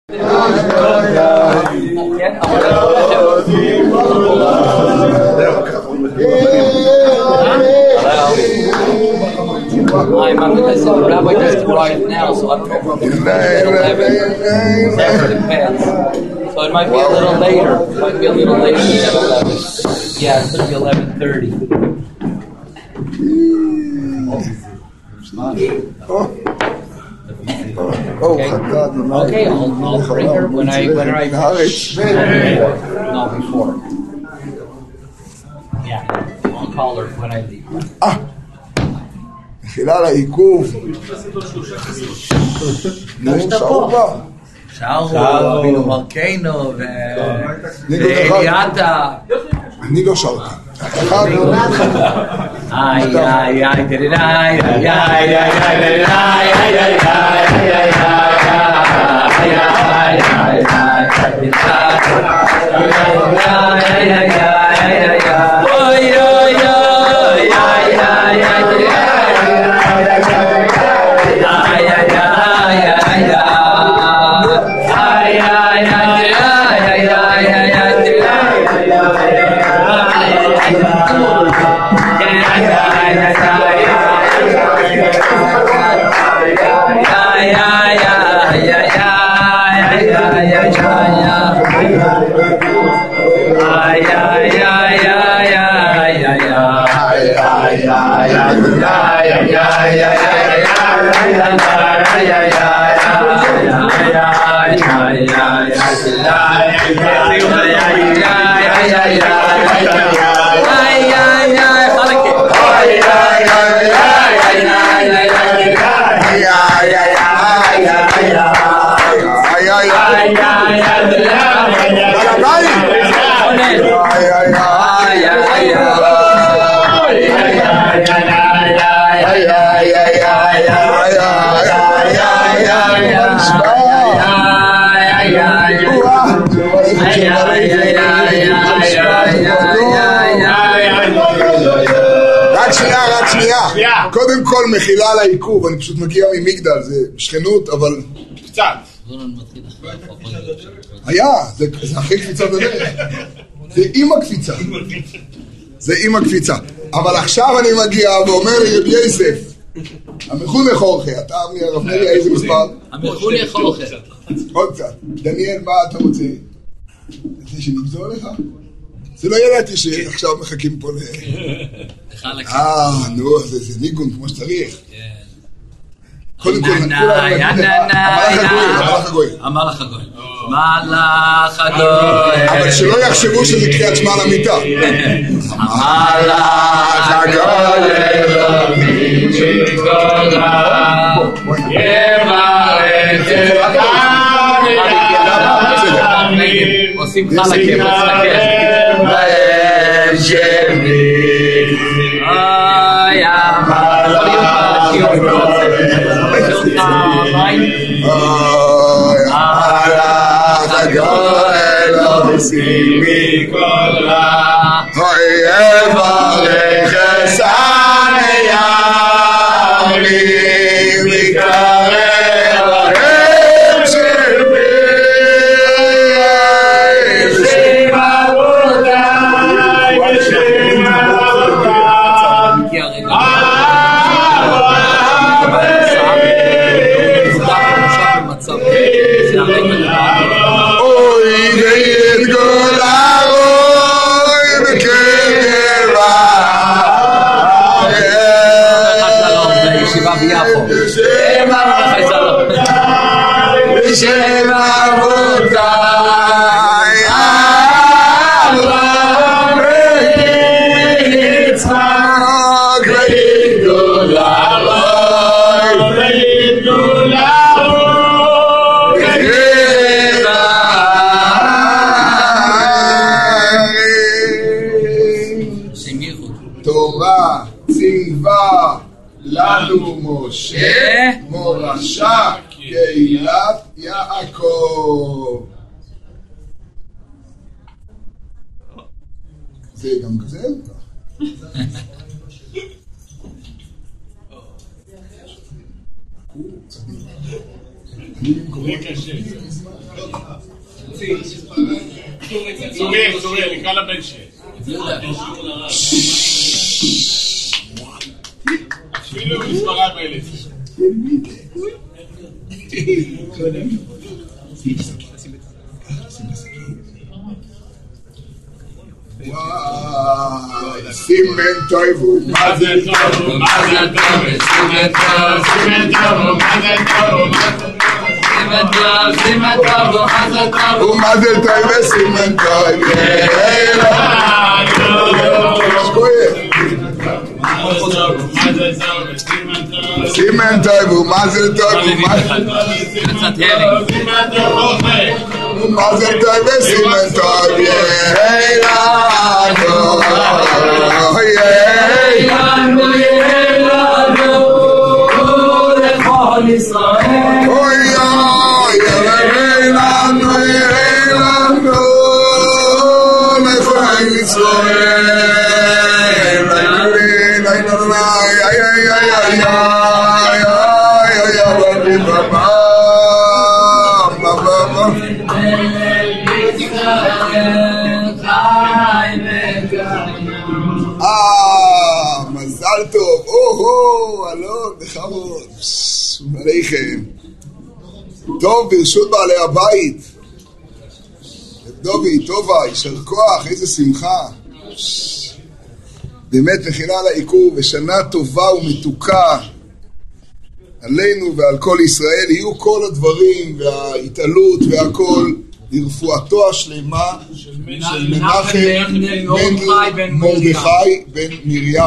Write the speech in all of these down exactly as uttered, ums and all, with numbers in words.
I'm on the list. The rabbi just arrived now, so I don't know if we're going to eleven. Depends. So it might be a little later. It might be a little later than eleven. Yeah, it's going to be eleven thirty. Oh, okay, okay I'll, I'll bring her when I when I no before. Yeah, I'll call her when I leave. Ah, מחילה על העיכוב. נו, שרו כבר. שרו, אבינו מלכנו ואליעתה. אני לא שרתי. איי איי איי איי איי איי איי קודם כל מחילה על העיכוב, אני פשוט מגיע ממגדל, זה שכנות, אבל קצת היה, זה אחרי קפיצה בדרך, זה עם הקפיצה, זה עם הקפיצה, אבל עכשיו אני מגיע ואומר לי רבי יוסף, המחונך אורחי, אתה הרב נרי איזה מספר? המחונך אורחי. עוד קצת, דניאל, מה אתה רוצה? זה שנגזור לך? זה לא ידעתי שעכשיו מחכים פה ל... אה, נו, זה ניגון כמו שצריך. קודם כל, המלאך הגוי. המלאך הגוי. מלאך הגוי. אבל שלא יחשבו שזה קריאת שמע למיטה. המלאך הגוי. עושים חלקים, מצטקר. אוי, המלאך הגואל עושים מכל רע, יברך אסניה לי מקרב הרב שבי בשם אבותיי בשם אבותיי אוי ואין גולה אוי בקרב בשם אבותיי בשם אבותיי אברהם ויצחק ואין גולה אוי ואין גולה תורה ציווה לנו משה מורשה קהילת יעקב. זה גם כזה? אני במקום זה קשה. צוריאל, צוריאל, נקרא לבן שלי. אפילו מספרה באלף. וואי, סימן טוב, מה זה טוב, מה זה טוב, סימן טוב, סימן טוב, מה זה טוב, סימן טוב, סימן טוב, מה זה טוב, ומה זה טוב וסימן טוב, סימן טוב, ומה זה טוב, ומה זה טוב וסימן טוב, יאללה, יאללה, יאללה, לכל ישראל. אוי אוי, יאללה, יאללה, לכל ישראל. אה, מזל טוב, או-הו, אלון, בכבוד, עליכם. טוב, ברשות בעלי הבית. דובי, טובה, יישר כוח, איזה שמחה. באמת מחילה על העיכוב, ושנה טובה ומתוקה עלינו ועל כל ישראל. יהיו כל הדברים וההתעלות והכל לרפואתו השלמה של מנחם בן מרדכי בן מרים.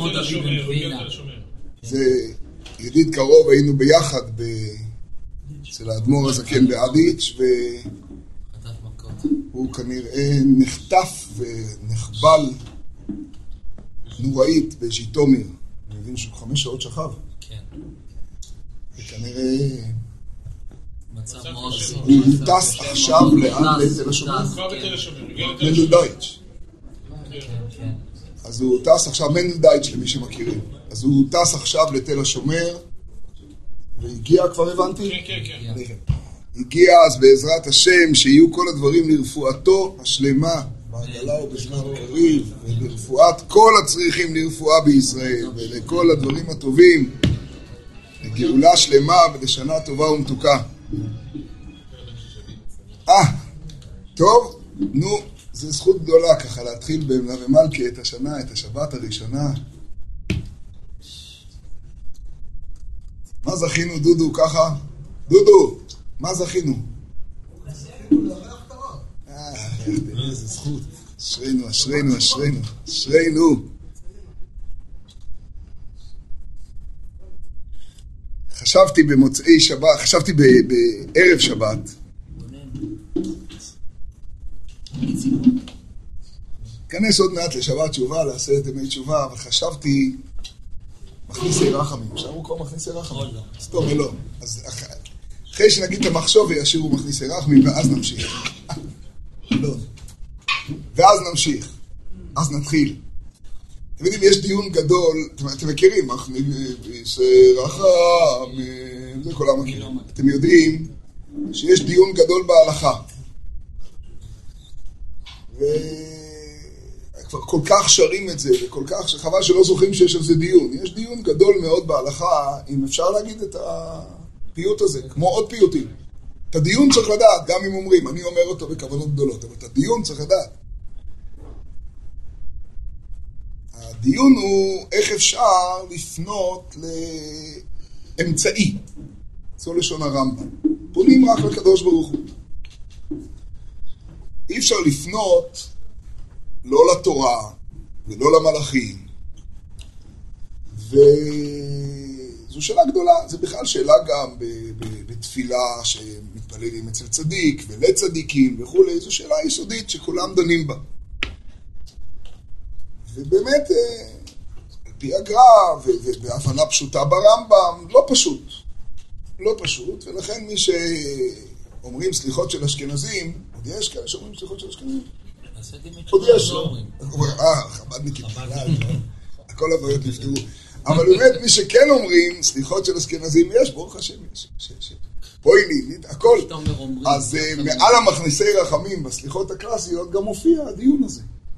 זה ידיד קרוב, היינו ביחד אצל האדמו"ר הזקן באדיץ', והוא כנראה נחטף ונחבל נוראית בז'יטומיר. אני מבין שהוא חמש שעות שכב. כן. וכנראה מצב מאוד הוא טס עכשיו לאן? לתל השומר? מנדל דייטש. אז הוא טס עכשיו, מנדל דייטש למי שמכירים. אז הוא טס עכשיו לתל השומר והגיע, כבר הבנתי? כן, כן, כן. הגיע אז בעזרת השם שיהיו כל הדברים לרפואתו השלמה בעגלה ובזמן קריב, ולרפואת כל הצריכים לרפואה בישראל, ולכל הדברים הטובים, לגאולה שלמה ולשנה טובה ומתוקה. אה, טוב, נו, זו זכות גדולה ככה להתחיל במלווה מלכה את השנה, את השבת הראשונה. מה זכינו, דודו, ככה? דודו, מה זכינו? אה, איזה זכות. אשרינו, אשרינו, אשרינו, אשרינו. חשבתי במוצאי שבת, חשבתי בערב שבת. כנס עוד מעט לשבת תשובה, לעשרת ימי תשובה, וחשבתי מכניסי רחמים. אפשר לקרוא מכניסי רחמים? סתום אלון. אז אחרי שנגיד את המחשוב וישירו מכניסי רחמים, ואז נמשיך. לא. ואז נמשיך. אז נתחיל. אתם יודעים, יש דיון גדול, אתם, אתם מכירים, מכניסי רחמים, זה כל המכירים. אתם יודעים שיש דיון גדול בהלכה. וכבר כל כך שרים את זה, וכל כך שחבל שלא זוכרים שיש על זה דיון. יש דיון גדול מאוד בהלכה, אם אפשר להגיד את הפיוט הזה, כמו עוד פיוטים. את הדיון צריך לדעת, גם אם אומרים, אני אומר אותו בכוונות גדולות, אבל את הדיון צריך לדעת. הדיון הוא איך אפשר לפנות לאמצעי. זו לשון הרמב"ם. פונים רק לקדוש ברוך הוא. אי אפשר לפנות לא לתורה ולא למלאכים. וזו שאלה גדולה. זה בכלל שאלה גם בתפילה שמתפללים אצל צדיק ולצדיקים וכו'. זו שאלה יסודית שכולם דנים בה. ובאמת, על פי הגר"א ובהבנה פשוטה ברמב"ם, לא פשוט. לא פשוט, ולכן מי שאומרים סליחות של אשכנזים, עוד יש כאלה שאומרים סליחות של אשכנזים? עוד יש. אה, חב"דניקים. הכל הבעיות נפתרו. אבל באמת מי שכן אומרים, סליחות של אשכנזים, יש, ברוך השם, יש, יש, יש. פוילי, הכל. אז מעל המכניסי רחמים, בסליחות הקלאסיות, גם מופיע הדיון הזה.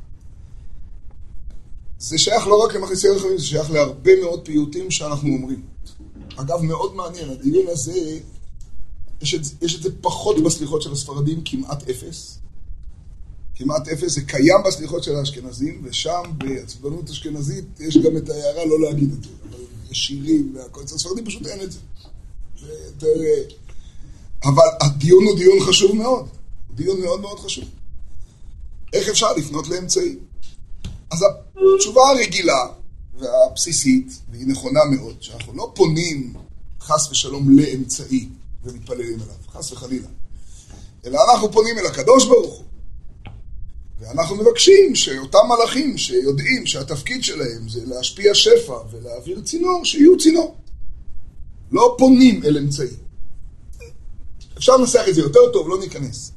זה שייך לא רק למכניסי רחמים, זה שייך להרבה מאוד פיוטים שאנחנו אומרים. אגב, מאוד מעניין, הדיון הזה, יש את, יש את זה פחות בסליחות של הספרדים, כמעט אפס. כמעט אפס, זה קיים בסליחות של האשכנזים, ושם בעצבנות אשכנזית יש גם את ההערה לא להגיד את זה. אבל יש שירים והכל, אצל הספרדים פשוט אין את זה. זה יותר... אבל הדיון הוא דיון חשוב מאוד. הוא דיון מאוד מאוד חשוב. איך אפשר לפנות לאמצעי? אז התשובה הרגילה והבסיסית, והיא נכונה מאוד, שאנחנו לא פונים חס ושלום לאמצעי ומתפללים אליו, חס וחלילה. אלא אנחנו פונים אל הקדוש ברוך הוא. ואנחנו מבקשים שאותם מלאכים שיודעים שהתפקיד שלהם זה להשפיע שפע ולהעביר צינור, שיהיו צינור. לא פונים אל אמצעי. אפשר לנסח את זה יותר טוב, לא ניכנס.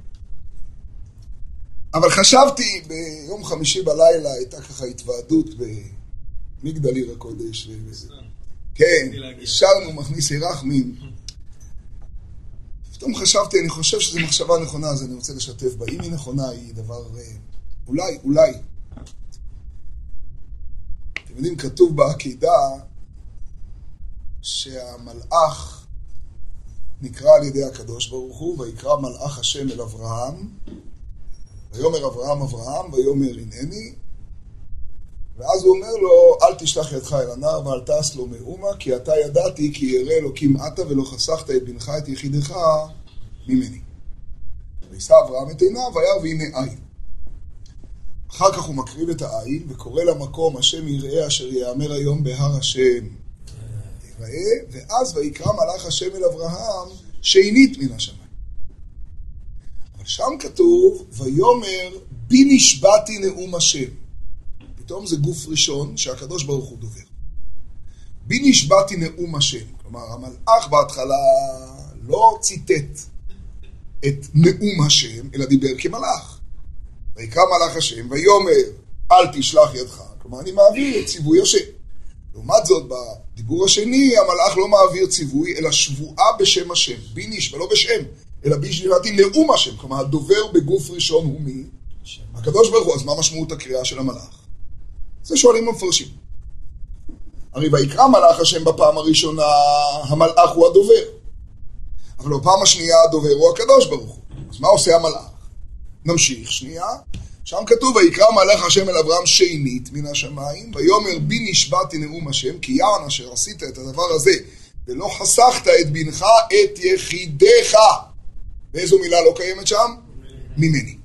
אבל חשבתי ביום חמישי בלילה, הייתה ככה התוועדות במגדל עיר הקודש. כן, שרנו מכניסי רחמים. פתאום חשבתי, אני חושב שזו מחשבה נכונה, אז אני רוצה לשתף בה. אם היא נכונה, היא דבר... אולי, אולי. אתם יודעים, כתוב בעקידה שהמלאך נקרא על ידי הקדוש ברוך הוא, ויקרא מלאך השם אל אברהם, ויאמר אברהם אברהם, ויאמר הנני, ואז הוא אומר לו, אל תשלח ידך אל הנער ואל תעש לו מאומה, כי אתה ידעתי כי ירא אלוקים אתה ולא חסכת את בנך את יחידך ממני. וישא אברהם את עיניו וירא והנה עין. אחר כך הוא מקריב את העין וקורא למקום השם יראה אשר יאמר היום בהר השם יראה, ואז ויקרא מלאך השם אל אברהם שעינית מן השמיים. אבל שם כתוב ויאמר בי נשבעתי נאום השם. פתאום זה גוף ראשון שהקדוש ברוך הוא דובר. בי נשבעתי נאום השם. כלומר, המלאך בהתחלה לא ציטט את נאום השם, אלא דיבר כמלאך. ויקרא מלאך השם, ויאמר, אל תשלח ידך. כלומר, אני מעביר את ציווי השם. לעומת זאת, בדיבור השני, המלאך לא מעביר ציווי, אלא שבועה בשם השם. בי נשבע, לא בשם, אלא בי נשבעתי נאום השם. כלומר, הדובר בגוף ראשון הוא מי? הקדוש ברוך הוא. אז מה משמעות הקריאה של המלאך? זה שואלים ומפרשים. הרי ויקרא מלאך השם בפעם הראשונה, המלאך הוא הדובר. אבל בפעם השנייה הדובר הוא הקדוש ברוך הוא. אז מה עושה המלאך? נמשיך שנייה. שם כתוב, ויקרא מלאך השם אל אברהם שעינית מן השמיים, ויאמר בי נשבעתי נאום השם, כי יען אשר עשית את הדבר הזה, ולא חסכת את בנך את יחידך. ואיזו מילה לא קיימת שם? ממני.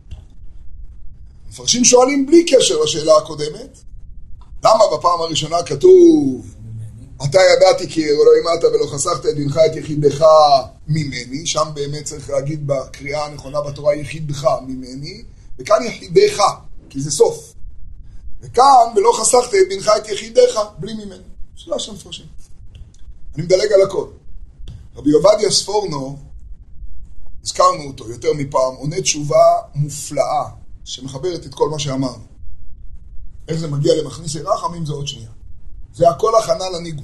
מפרשים שואלים בלי קשר לשאלה הקודמת, למה בפעם הראשונה כתוב אתה ידעתי כי אלוהים אתה ולא חסכת את בנך את יחידך ממני, שם באמת צריך להגיד בקריאה הנכונה בתורה יחידך ממני, וכאן יחידך, כי זה סוף. וכאן ולא חסכת את בנך את יחידך בלי ממני. שאלה שם מפרשים. אני מדלג על הכל. רבי עובדיה ספורנו, הזכרנו אותו יותר מפעם, עונה תשובה מופלאה, שמחברת את כל מה שאמרנו. איך זה מגיע למכניסי רחמים זה עוד שנייה. זה הכל הכנה לניגון.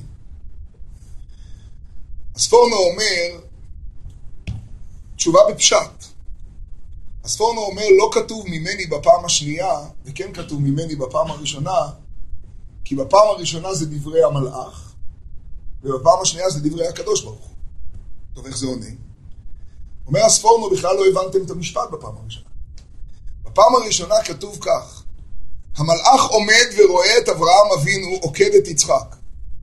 הספורנו אומר, תשובה בפשט. הספורנו אומר, לא כתוב ממני בפעם השנייה, וכן כתוב ממני בפעם הראשונה, כי בפעם הראשונה זה דברי המלאך, ובפעם השנייה זה דברי הקדוש ברוך הוא. טוב, איך זה עונה? אומר הספורנו, בכלל לא הבנתם את המשפט בפעם הראשונה. בפעם הראשונה כתוב כך, המלאך עומד ורואה את אברהם אבינו עוקד את יצחק.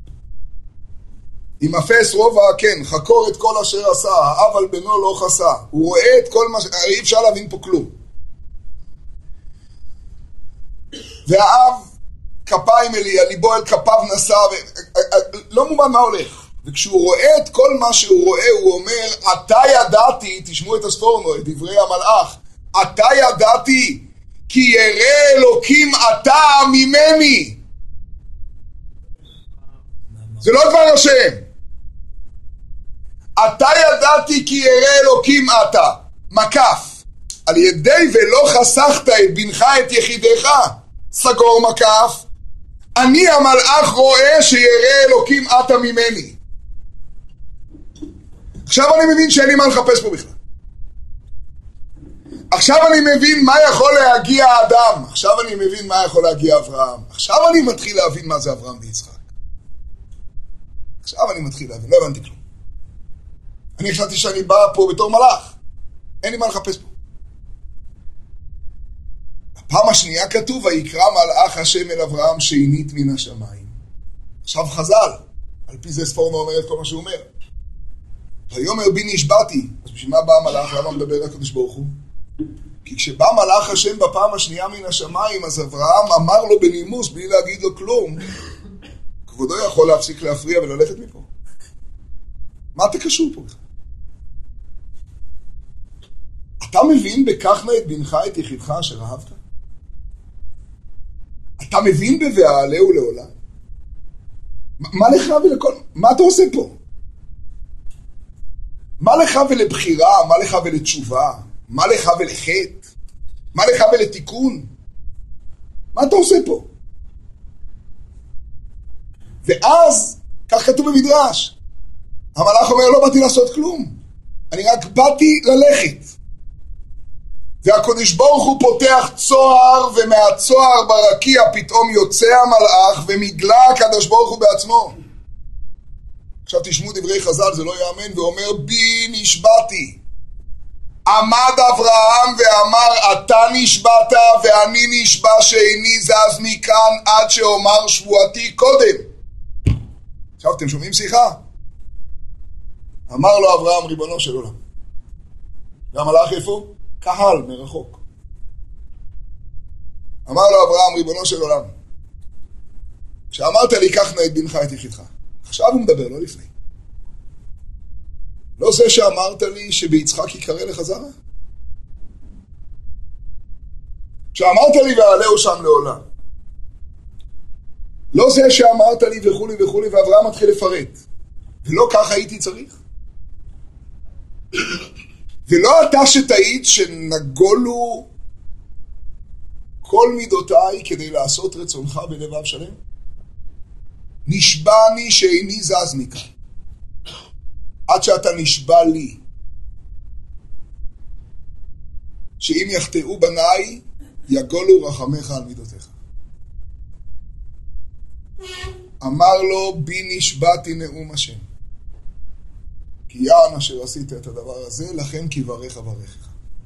אם אפס רובע, כן, חקור את כל אשר עשה, האב על בנו לא חסה. הוא רואה את כל מה ש... הרי אי אפשר להבין פה כלום. והאב כפיים אלי, ליבו אל כפיו נשא, ו... לא מובן מה הולך. וכשהוא רואה את כל מה שהוא רואה, הוא אומר, אתה ידעתי, תשמעו את הספורנו, את דברי המלאך, אתה ידעתי, כי ירא אלוקים אתה ממני. זה לא דבר השם. אתה ידעתי כי ירא אלוקים אתה. מקף. על ידי ולא חסכת את בנך את יחידך. סגור מקף. אני המלאך רואה שיראה אלוקים אתה ממני. עכשיו אני מבין שאין לי מה לחפש פה בכלל. עכשיו אני מבין מה יכול להגיע האדם. עכשיו אני מבין מה יכול להגיע אברהם. עכשיו אני מתחיל להבין מה זה אברהם ויצחק. עכשיו אני מתחיל להבין, לא הבנתי כלום. אני חשבתי שאני בא פה בתור מלאך. אין לי מה לחפש פה. הפעם השנייה כתוב, ויקרא מלאך השם אל אברהם שהינית מן השמיים. עכשיו חז"ל, על פי זה ספורנו אומר את כל מה שהוא אומר. ויאמר בי נשבעתי. אז בשביל מה בא המלאך? למה מדבר הקדוש ברוך הוא? כי כשבא מלאך השם בפעם השנייה מן השמיים, אז אברהם אמר לו בנימוס, בלי להגיד לו כלום, כבודו יכול להפסיק להפריע וללכת מפה. מה אתה קשור פה? אתה מבין בקחנה את בנך את יחידך אשר אהבת? אתה מבין ב"ואהלהו לעולם"? מה לך ולכל... מה אתה עושה פה? מה לך ולבחירה? מה לך ולתשובה? מה לך ולחטא? מה לך ולתיקון? מה אתה עושה פה? ואז, כך כתוב במדרש, המלאך אומר, לא באתי לעשות כלום. אני רק באתי ללכת. והקדוש ברוך הוא פותח צוהר, ומהצוהר ברקיע פתאום יוצא המלאך, ומגלה הקדוש ברוך הוא בעצמו. עכשיו תשמעו דברי חז"ל, זה לא יאמן, ואומר, בי נשבעתי. עמד אברהם ואמר, אתה נשבעת ואני נשבע שאיני זז מכאן עד שאומר שבועתי קודם. עכשיו אתם שומעים שיחה? אמר לו אברהם, ריבונו של עולם. והמלאך איפה? קהל מרחוק. אמר לו אברהם, ריבונו של עולם, כשאמרת לי קח נא את בנך את יחידך, עכשיו הוא מדבר, לא לפני. לא זה שאמרת לי שביצחק יקרא לך זרע? כשאמרת לי ואהלהו שם לעולם, לא זה שאמרת לי וכולי וכולי, ואברהם מתחיל לפרט, ולא ככה הייתי צריך? ולא אתה שתעיד שנגולו כל מידותיי כדי לעשות רצונך בלבב שלם? נשבעני שאיני זז מכאן עד שאתה נשבע לי שאם יחטאו בניי יגולו רחמך על מידותיך. אמר לו בי נשבעתי נאום השם כי יען אשר עשית את הדבר הזה לכן כי ברך אברכך.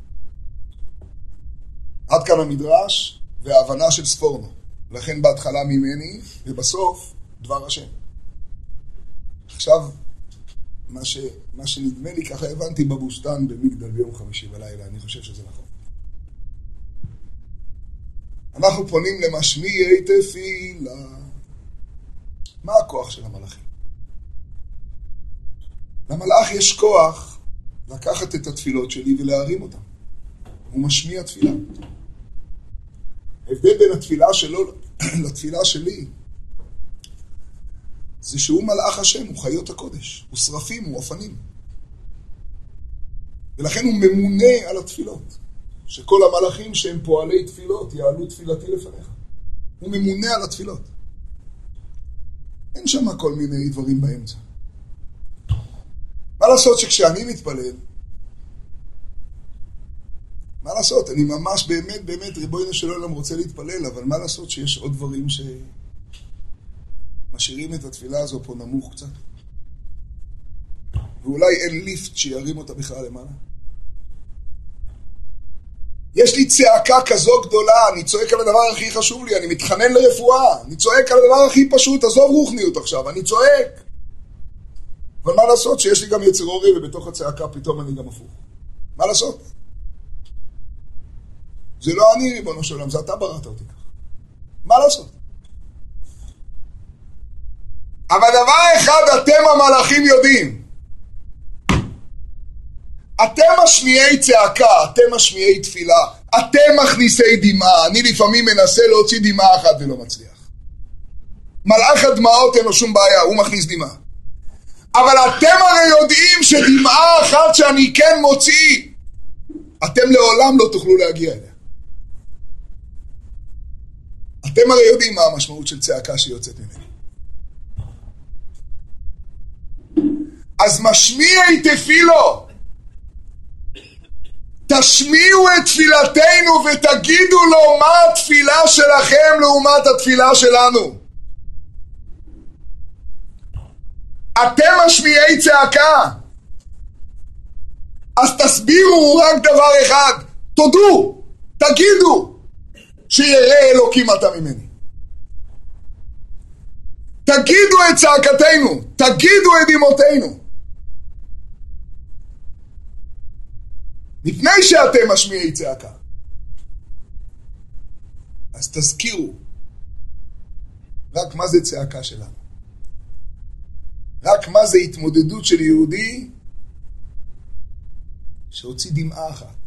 עד כאן המדרש וההבנה של ספורנו. לכן בהתחלה ממני ובסוף דבר השם. עכשיו מה, ש, מה שנדמה לי ככה הבנתי בבוסתן במגדל ביום חמישי בלילה, אני חושב שזה נכון. אנחנו פונים למשמיעי תפילה. מה הכוח של המלאכים? למלאך יש כוח לקחת את התפילות שלי ולהרים אותן. הוא משמיע תפילה. ההבדל בין התפילה שלו לתפילה שלי זה שהוא מלאך השם, הוא חיות הקודש, הוא שרפים, הוא אופנים. ולכן הוא ממונה על התפילות. שכל המלאכים שהם פועלי תפילות יעלו תפילתי לפניך. הוא ממונה על התפילות. אין שם כל מיני דברים באמצע. מה לעשות שכשאני מתפלל, מה לעשות? אני ממש באמת באמת ריבונו של עולם רוצה להתפלל, אבל מה לעשות שיש עוד דברים שמשאירים את התפילה הזו פה נמוך קצת? ואולי אין ליפט שירים אותה בכלל למעלה. יש לי צעקה כזו גדולה, אני צועק על הדבר הכי חשוב לי, אני מתחנן לרפואה, אני צועק על הדבר הכי פשוט, עזוב רוחניות עכשיו, אני צועק. אבל מה לעשות שיש לי גם יצר אורי ובתוך הצעקה פתאום אני גם הפוך. מה לעשות? זה לא אני ריבונו של עולם, זה אתה בראת אותי כך. מה לעשות? אבל דבר אחד אתם המלאכים יודעים. אתם משמיעי צעקה, אתם משמיעי תפילה, אתם מכניסי דמעה. אני לפעמים מנסה להוציא דמעה אחת ולא מצליח. מלאך הדמעות אין לו שום בעיה, הוא מכניס דמעה. אבל אתם הרי יודעים שדמעה אחת שאני כן מוציא, אתם לעולם לא תוכלו להגיע אליה. אתם הרי יודעים מה המשמעות של צעקה שיוצאת ממני. אז משמיעי תפילו. תשמיעו את תפילתנו ותגידו לו מה התפילה שלכם לעומת התפילה שלנו. אתם משמיעי צעקה. אז תסבירו רק דבר אחד. תודו, תגידו שיראה אלוקים אתה ממני. תגידו את צעקתנו, תגידו את דמעותינו. לפני שאתם משמיעי צעקה. אז תזכירו רק מה זה צעקה שלנו. רק מה זה התמודדות של יהודי שהוציא דמעה אחת.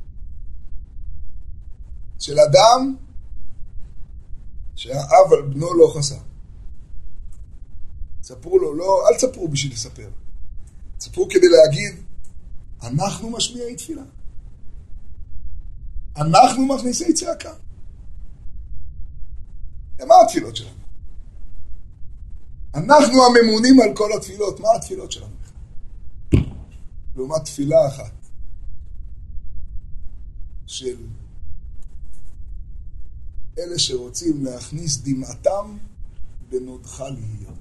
של אדם שהאב על בנו לא חסה. ספרו לו, לא, אל תספרו בשביל לספר. ספרו כדי להגיד, אנחנו משמיעי תפילה. אנחנו מכניסי צעקה. מה התפילות שלנו? אנחנו הממונים על כל התפילות. מה התפילות שלנו? לעומת תפילה אחת של אלה שרוצים להכניס דמעתם בנודך להיות.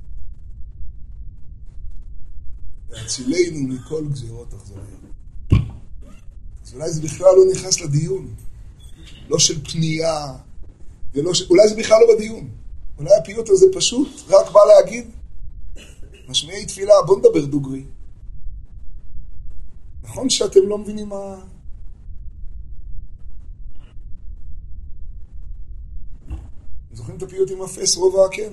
להצילנו מכל גזירות אכזריות. אז אולי זה בכלל לא נכנס לדיון. לא של פנייה, ולא ש... אולי זה בכלל לא בדיון. אולי הפיוט הזה פשוט רק בא להגיד, משמיעי תפילה, בוא נדבר דוגרי. נכון שאתם לא מבינים מה... זוכרים את הפיוט עם אפס רובע כן?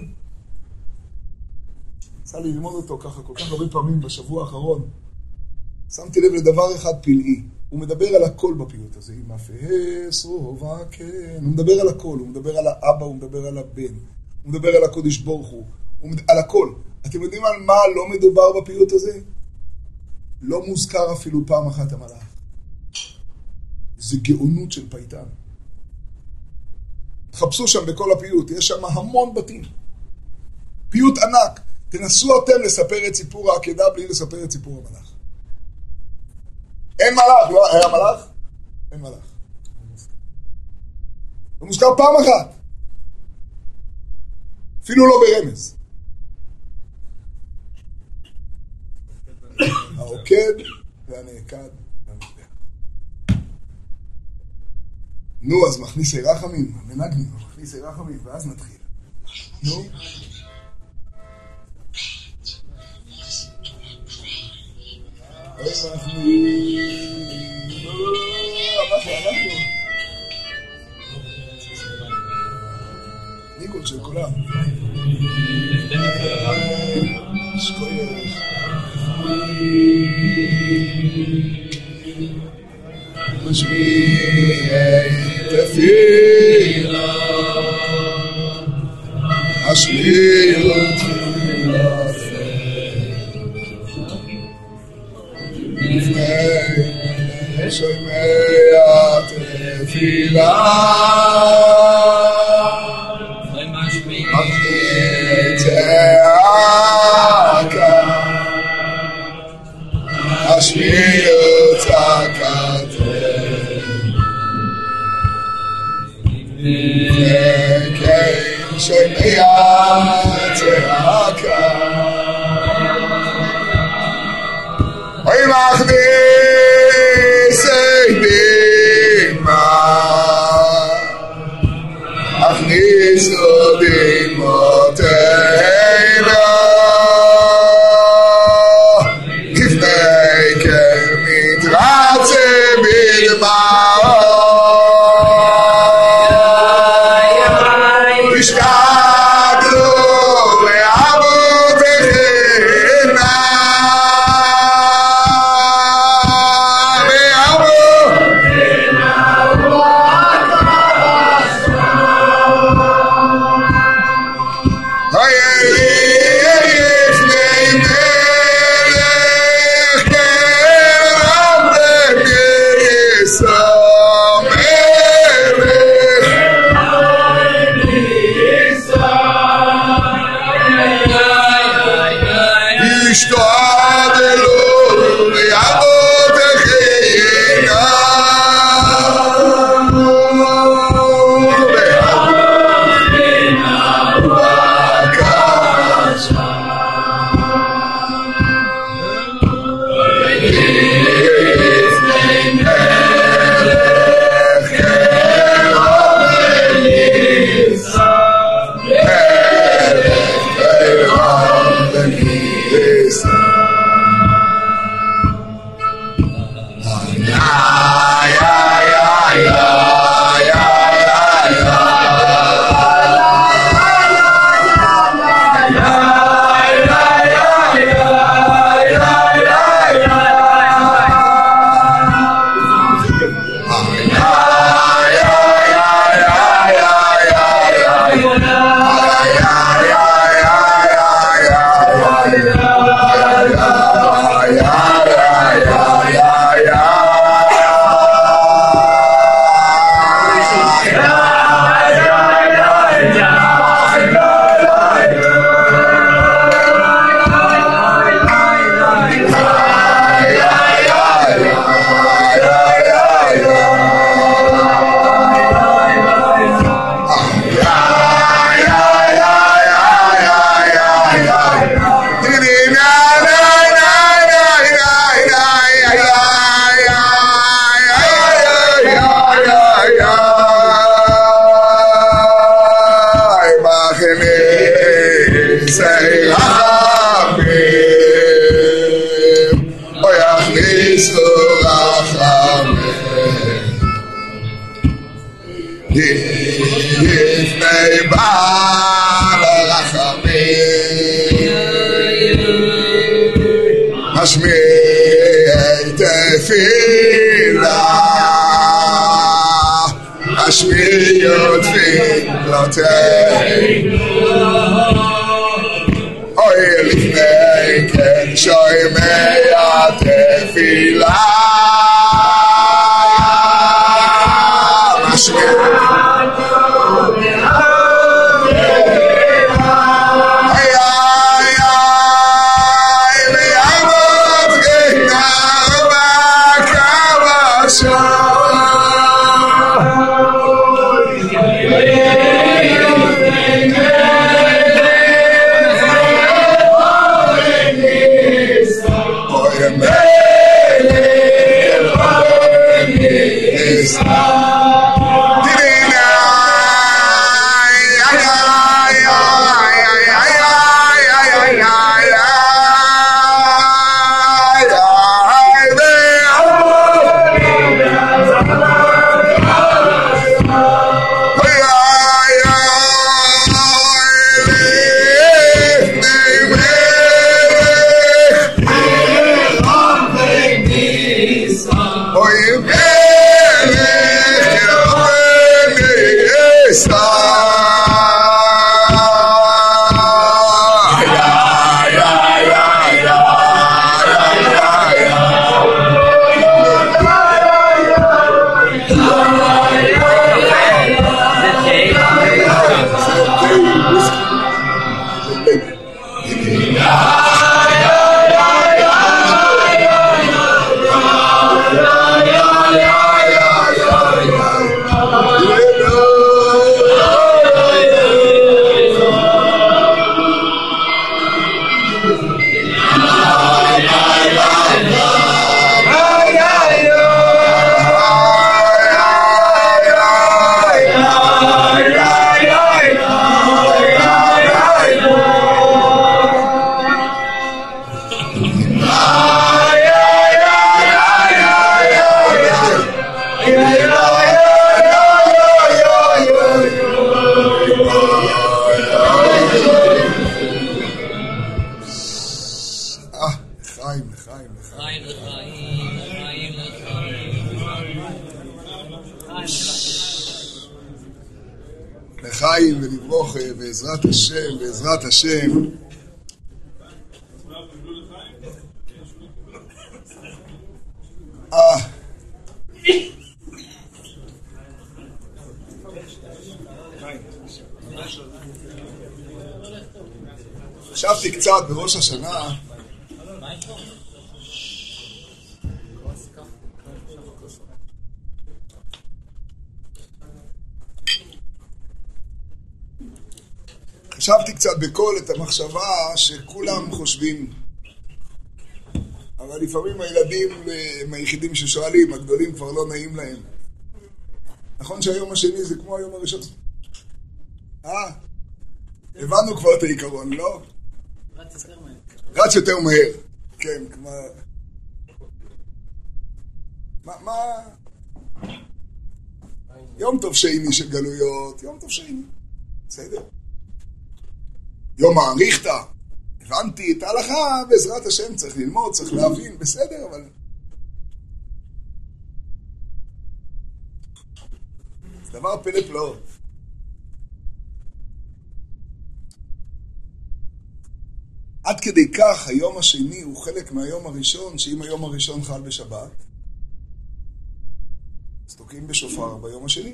יצא לי ללמוד אותו ככה כל כך הרבה פעמים בשבוע האחרון. שמתי לב לדבר אחד פלאי. הוא מדבר על הכל בפיוט הזה, עם אפס רובע כן. הוא מדבר על הכל, הוא מדבר על האבא, הוא מדבר על הבן. הוא מדבר על הקודש ברוך הוא. הוא מדבר על הכל. אתם יודעים על מה לא מדובר בפיוט הזה? לא מוזכר אפילו פעם אחת המלאך. זה גאונות של פייטן. תחפשו שם בכל הפיוט, יש שם המון בתים. פיוט ענק. תנסו אתם לספר את סיפור העקדה בלי לספר את סיפור המלאך. אין מלאך, לא? היה מלאך? אין מלאך. הוא מוזכר פעם אחת. אפילו לא ברמז. העוקד והנעקד והמזבח. נו, אז מכניסי רחמים, מנגנים, מכניסי רחמים, ואז נתחיל. נו. אנחנו, אנחנו, אנחנו. ניגון של כולם. שכוייך. משמיעי תפילה, השמיעו תפילה, לפני שומע תפילה, משמיעי צעקה, השמיעו צעקת וכן שומע צעקה אוי מכניסי דמעה הכניסו דמעותינו לפני כמתרצה בדמעות השתדלו בעבודתכם לפני בעל הרחמים משמיע תפילה משמיע תפילותינו אוי לפני כן שומע תפילה משמיע לחיים ולברוכה, בעזרת השם, בעזרת השם. אה. חשבתי קצת בראש השנה חשבתי קצת בכל את המחשבה שכולם חושבים, אבל לפעמים הילדים הם היחידים ששואלים, הגדולים כבר לא נעים להם. נכון שהיום השני זה כמו היום הראשון? אה, הבנו כבר את העיקרון, לא? רץ יותר מהר. רץ יותר מהר, כן, כמו... מה, מה? יום טוב שני של גלויות, יום טוב שני, בסדר. יום האריכתא, הבנתי את ההלכה, בעזרת השם צריך ללמוד, צריך להבין, בסדר, אבל... זה דבר פלא פלאות. עד כדי כך היום השני הוא חלק מהיום הראשון, שאם היום הראשון חל בשבת, אז תוקעים בשופר ביום השני.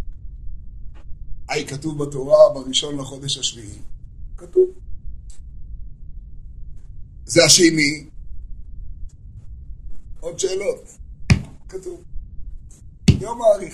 היי, כתוב בתורה בראשון לחודש השביעי. כתוב. זה השני. עוד שאלות. כתוב. יום מעריך.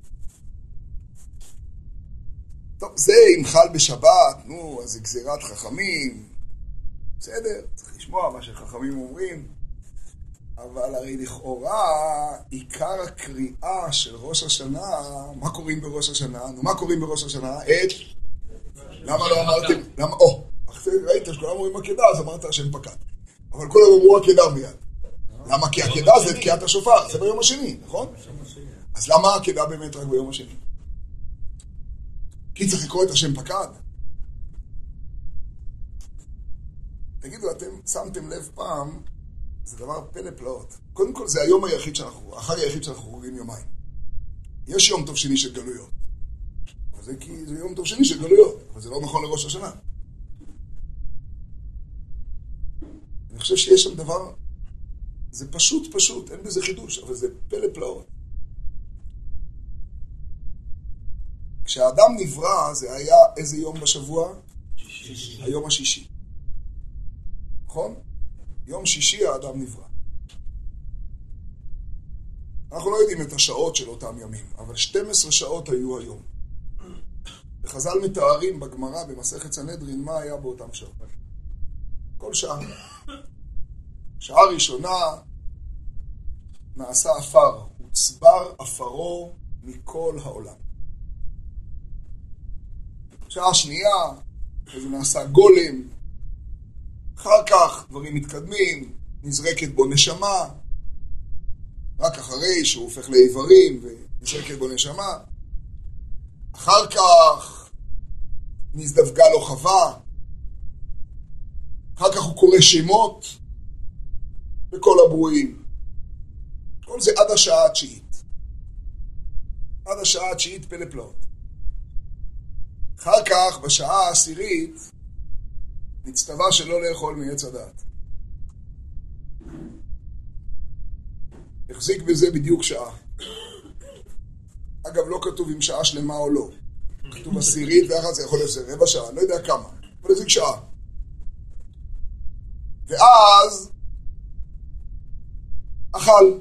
טוב, זה אם חל בשבת, נו, אז זה גזירת חכמים. בסדר, צריך לשמוע מה שחכמים אומרים. אבל הרי לכאורה, עיקר הקריאה של ראש השנה, מה קוראים בראש השנה? נו, מה קוראים בראש השנה? את... למה לא אמרתם? למה? או, ראית שכולם אומרים עקדה, אז אמרת השם פקד. אבל כולם אמרו עקדה מיד. למה? כי עקדה זה תקיעת השופר, זה ביום השני, נכון? אז למה עקדה באמת רק ביום השני? כי צריך לקרוא את השם פקד. תגידו, אתם שמתם לב פעם, זה דבר פלא פלאות. קודם כל, זה היום היחיד שאנחנו, החג היחיד שאנחנו חוגגים יומיים. יש יום טוב שני של גלויות. אבל זה כי זה יום טוב שני של גלויות, אבל זה לא נכון לראש השנה. אני חושב שיש שם דבר, זה פשוט פשוט, אין בזה חידוש, אבל זה פלא פלאות. כשהאדם נברא, זה היה איזה יום בשבוע? שישי. היום השישי. נכון? יום שישי האדם נברא. אנחנו לא יודעים את השעות של אותם ימים, אבל שתים עשרה שעות היו היום. וחז"ל מתארים בגמרא במסכת סנהדרין מה היה באותם שעות. כל שעה. שעה ראשונה נעשה אפר, הוצבר אפרו מכל העולם. שעה שנייה, זה נעשה גולם, אחר כך דברים מתקדמים, נזרקת בו נשמה, רק אחרי שהוא הופך לאיברים ונזרקת בו נשמה, אחר כך נזדווגה לו חווה, אחר כך הוא קורא שמות בכל הברואים. כל זה עד השעה התשיעית. עד השעה התשיעית פלא פלאות. אחר כך, בשעה העשירית, נצטווה שלא לאכול מעץ הדעת. החזיק בזה בדיוק שעה. אגב, לא כתוב אם שעה שלמה או לא. כתוב עשירית ואחת, זה יכול להיות זה רבע שעה, לא יודע כמה. אבל החזיק שעה. ואז אכל.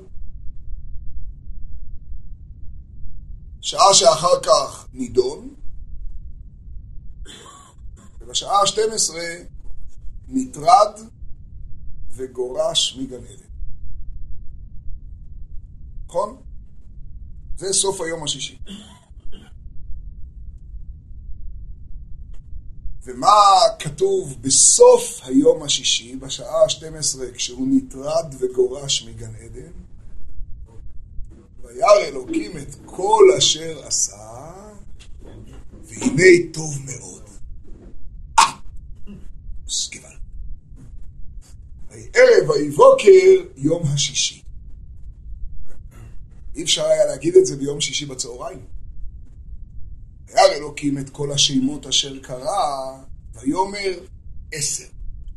שעה שאחר כך נידון, ובשעה ה-שתים עשרה נטרד וגורש מגן עדן. נכון? זה סוף היום השישי. ומה כתוב בסוף היום השישי, בשעה ה-שתים עשרה, כשהוא נטרד וגורש מגן עדן? וירא אלוקים את כל אשר עשה, והנה טוב מאוד. סקיבל. הערב ויבוקר יום השישי. אי אפשר היה להגיד את זה ביום שישי בצהריים. וירא אלוקים את כל השמות אשר קרא, ויאמר עשר.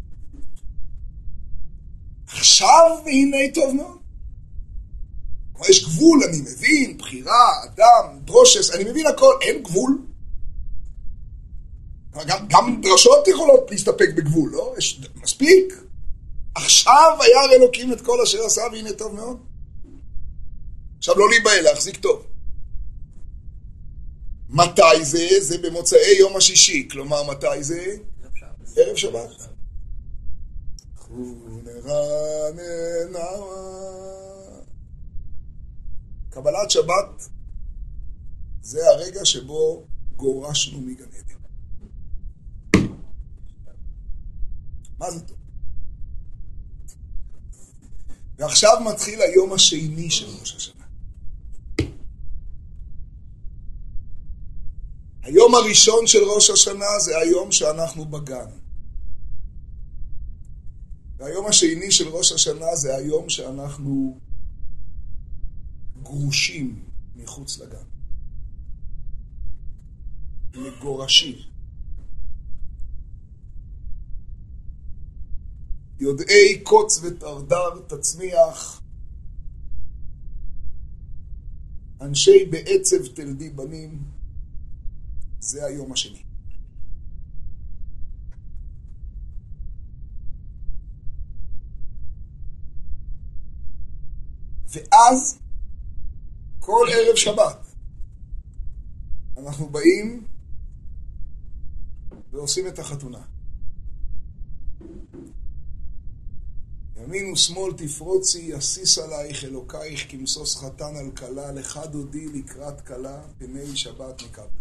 עכשיו והנה טוב מאוד. יש גבול, אני מבין, בחירה, אדם, דרושס, אני מבין הכל, אין גבול. גם, גם דרשות יכולות להסתפק בגבול, לא? יש מספיק. עכשיו וירא אלוקים את כל אשר עשה, והנה טוב מאוד. עכשיו לא להיבהל, להחזיק טוב. מתי זה? זה במוצאי יום השישי. כלומר, מתי זה? ערב שבת. קבלת שבת זה הרגע שבו גורשנו מגן עדן. מה זה טוב? ועכשיו מתחיל היום השני של ראש השנה. היום הראשון של ראש השנה זה היום שאנחנו בגן. והיום השני של ראש השנה זה היום שאנחנו גרושים מחוץ לגן. מגורשים. יודעי קוץ ותרדר תצמיח, אנשי בעצב תלדי בנים, זה היום השני. ואז כל ערב שבת אנחנו באים ועושים את החתונה. ימין ושמאל תפרוצי, יסיס עלייך אלוקייך כמסוס חתן על כלה, לך דודי לקראת כלה, פני שבת נקבלה.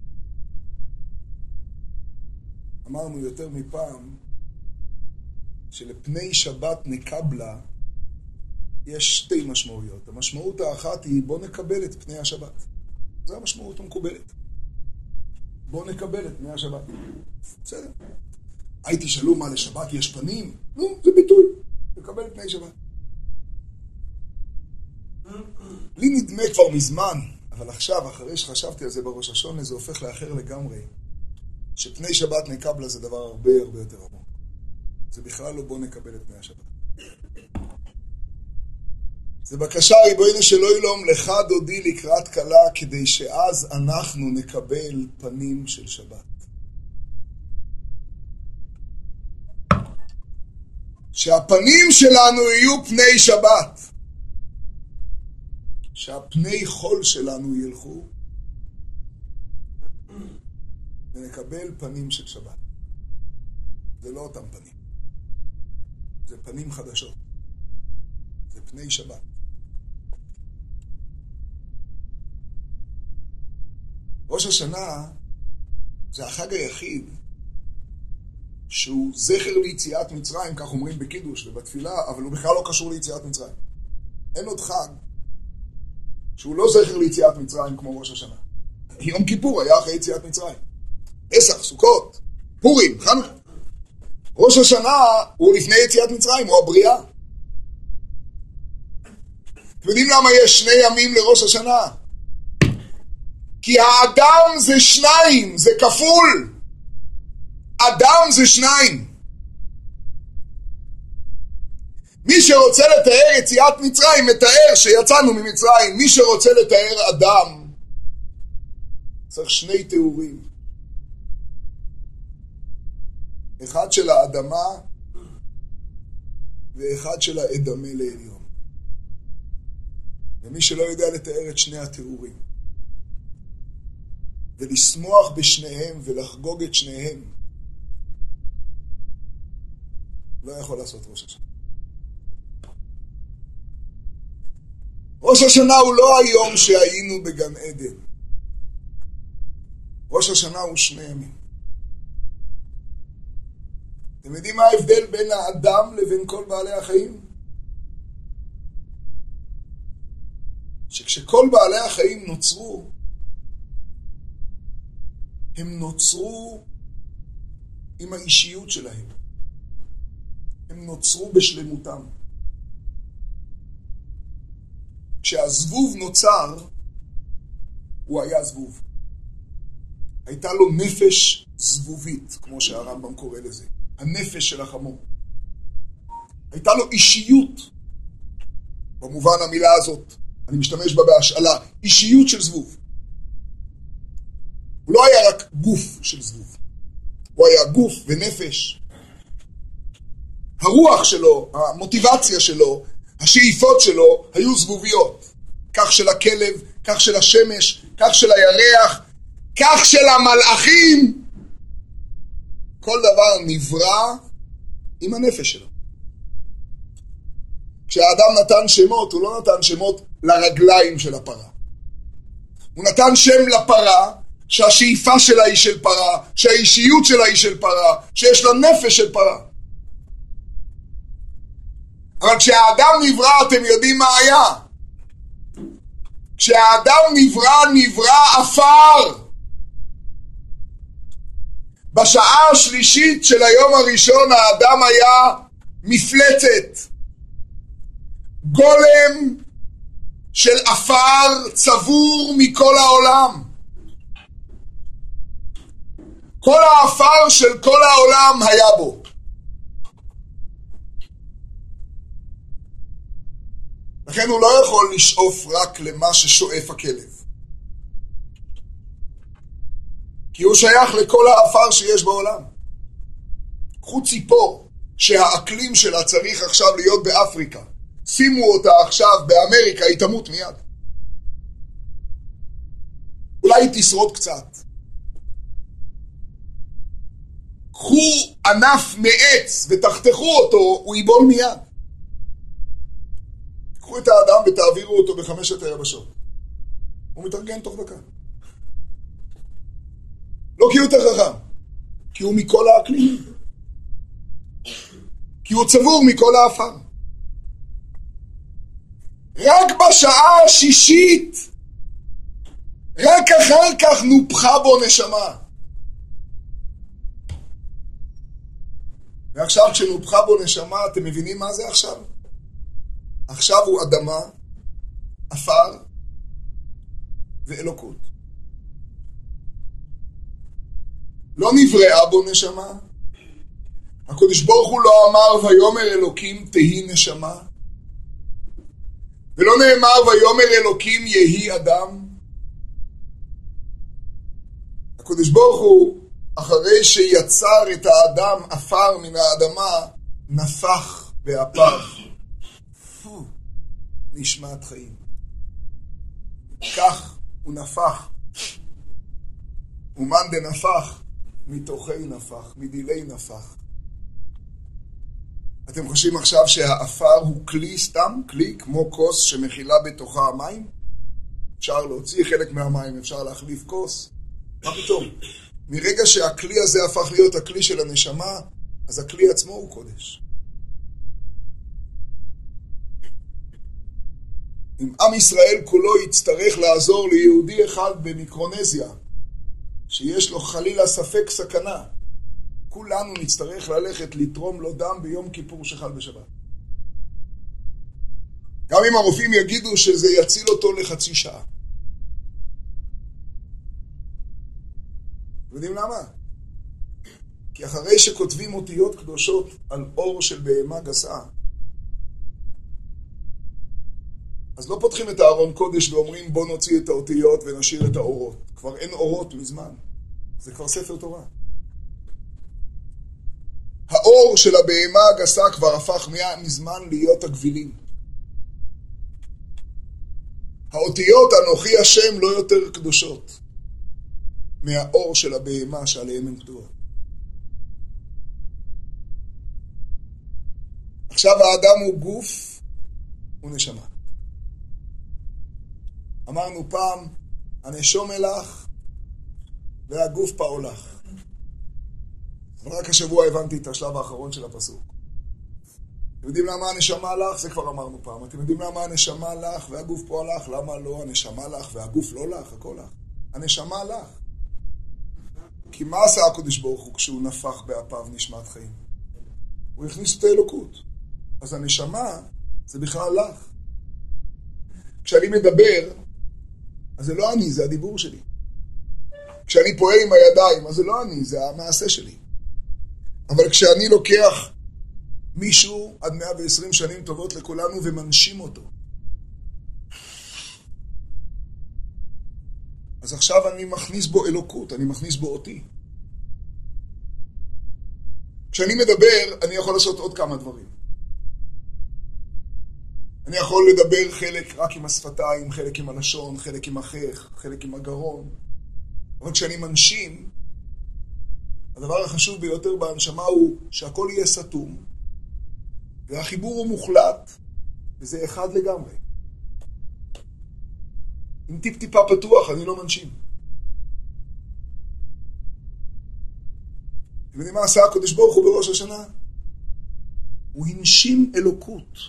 אמרנו יותר מפעם שלפני שבת נקבלה יש שתי משמעויות. המשמעות האחת היא בוא נקבל את פני השבת. זו המשמעות המקובלת. בואו נקבל את פני השבת. בסדר. היי תשאלו מה לשבת יש פנים? נו, זה ביטוי. לקבל את פני שבת. לי נדמה כבר מזמן, אבל עכשיו, אחרי שחשבתי על זה בראש השונה, זה הופך לאחר לגמרי. שפני שבת נקבלה זה דבר הרבה הרבה יותר עמוק. זה בכלל לא בוא נקבל את פני השבת. זה בקשה ריבונו שלא ילום לך דודי לקראת קלה, כדי שאז אנחנו נקבל פנים של שבת. שהפנים שלנו יהיו פני שבת. שהפני חול שלנו ילכו ונקבל פנים של שבת. זה לא אותם פנים. זה פנים חדשות. זה פני שבת. ראש השנה זה החג היחיד שהוא זכר ליציאת מצרים, כך אומרים בקידוש ובתפילה, אבל הוא בכלל לא קשור ליציאת מצרים. אין עוד חג שהוא לא זכר ליציאת מצרים כמו ראש השנה. יום כיפור היה אחרי יציאת מצרים. פסח, סוכות, פורים, חנוכה. ראש השנה הוא לפני יציאת מצרים, הוא הבריאה. אתם יודעים למה יש שני ימים לראש השנה? כי האדם זה שניים, זה כפול. אדם זה שניים. מי שרוצה לתאר יציאת מצרים, מתאר שיצאנו ממצרים. מי שרוצה לתאר אדם, צריך שני תיאורים. אחד של האדמה, ואחד של האדמה לעליון. ומי שלא יודע לתאר את שני התיאורים, ולשמוח בשניהם ולחגוג את שניהם, לא יכול לעשות ראש השנה. ראש השנה הוא לא היום שהיינו בגן עדן. ראש השנה הוא שני ימים. אתם יודעים מה ההבדל בין האדם לבין כל בעלי החיים? שכשכל בעלי החיים נוצרו, הם נוצרו עם האישיות שלהם. הם נוצרו בשלמותם. כשהזבוב נוצר, הוא היה זבוב. הייתה לו נפש זבובית, כמו שהרמב"ם קורא לזה. הנפש של החמור. הייתה לו אישיות. במובן המילה הזאת, אני משתמש בה בהשאלה. אישיות של זבוב. הוא לא היה רק גוף של זבוב. הוא היה גוף ונפש. הרוח שלו, המוטיבציה שלו, השאיפות שלו היו זבוביות. כך של הכלב, כך של השמש, כך של הירח, כך של המלאכים. כל דבר נברא עם הנפש שלו. כשהאדם נתן שמות, הוא לא נתן שמות לרגליים של הפרה. הוא נתן שם לפרה, שהשאיפה שלה היא של פרה, שהאישיות שלה היא של פרה, שיש לה נפש של פרה. אבל כשהאדם נברא, אתם יודעים מה היה? כשהאדם נברא, נברא אפר. בשעה השלישית של היום הראשון, האדם היה מפלצת. גולם של אפר צבור מכל העולם. כל האפר של כל העולם היה בו. לכן הוא לא יכול לשאוף רק למה ששואף הכלב. כי הוא שייך לכל האפר שיש בעולם. קחו ציפור שהאקלים שלה צריך עכשיו להיות באפריקה. שימו אותה עכשיו באמריקה, היא תמות מיד. אולי היא תשרוד קצת. קחו ענף מעץ ותחתכו אותו, הוא ייבול מיד. קחו את האדם ותעבירו אותו בחמשת היבשות. הוא מתארגן תוך דקה. לא כי הוא יותר חכם, כי הוא מכל האקלים. כי הוא צבור מכל האפר. רק בשעה השישית, רק אחר כך נופחה בו נשמה. ועכשיו כשנופחה בו נשמה, אתם מבינים מה זה עכשיו? עכשיו הוא אדמה, אפר ואלוקות. לא נבראה בו נשמה. הקדוש ברוך הוא לא אמר ויאמר אלוקים תהי נשמה. ולא נאמר ויאמר אלוקים יהי אדם. הקדוש ברוך הוא, אחרי שיצר את האדם אפר מן האדמה, נפח באפיו. פו, נשמת חיים. כך הוא נפח. אומן דנפח, מתוכי נפח, מדילי נפח. אתם חושבים עכשיו שהאפר הוא כלי סתם? כלי כמו כוס שמכילה בתוכה המים? אפשר להוציא חלק מהמים, אפשר להחליף כוס? מה פתאום? מרגע שהכלי הזה הפך להיות הכלי של הנשמה, אז הכלי עצמו הוא קודש. אם עם ישראל כולו יצטרך לעזור ליהודי אחד במיקרונזיה, שיש לו חלילה ספק סכנה, כולנו נצטרך ללכת לתרום לו דם ביום כיפור שחל בשבת. גם אם הרופאים יגידו שזה יציל אותו לחצי שעה. יודעים למה? כי אחרי שכותבים אותיות קדושות על אור של בהמה גסה, אז לא פותחים את הארון קודש ואומרים בוא נוציא את האותיות ונשאיר את האורות. כבר אין אורות מזמן. זה כבר ספר תורה. האור של הבהמה הגסה כבר הפך מזמן להיות הגבילים. האותיות אנוכי השם לא יותר קדושות מהאור של הבהמה שעליהם הן כתובות. עכשיו האדם הוא גוף ונשמה. אמרנו פעם, הנשום אלך והגוף פעולך. רק השבוע הבנתי את השלב האחרון של הפסוק. אתם יודעים למה הנשמה לך? זה כבר אמרנו פעם. אתם יודעים למה הנשמה לך והגוף פה לך? למה לא הנשמה לך והגוף לא לך? הכל לך. הנשמה לך. כי מה עשה הקדוש ברוך הוא כשהוא נפח באפיו נשמת חיים? הוא הכניס את האלוקות. אז הנשמה זה בכלל לך. כשאני מדבר, אז זה לא אני, זה הדיבור שלי. כשאני פועל עם הידיים, אז זה לא אני, זה המעשה שלי. אבל כשאני לוקח מישהו עד מאה ועשרים שנים טובות לכולנו ומנשים אותו, אז עכשיו אני מכניס בו אלוקות, אני מכניס בו אותי. כשאני מדבר, אני יכול לעשות עוד כמה דברים. אני יכול לדבר חלק רק עם השפתיים, חלק עם הלשון, חלק עם החך, חלק עם הגרון. אבל כשאני מנשים, הדבר החשוב ביותר בהנשמה הוא שהכל יהיה סתום, והחיבור הוא מוחלט, וזה אחד לגמרי. אם טיפ טיפה פתוח, אני לא מנשים. אתם יודעים מה עשה הקדוש ברוך הוא בראש השנה? הוא הנשים אלוקות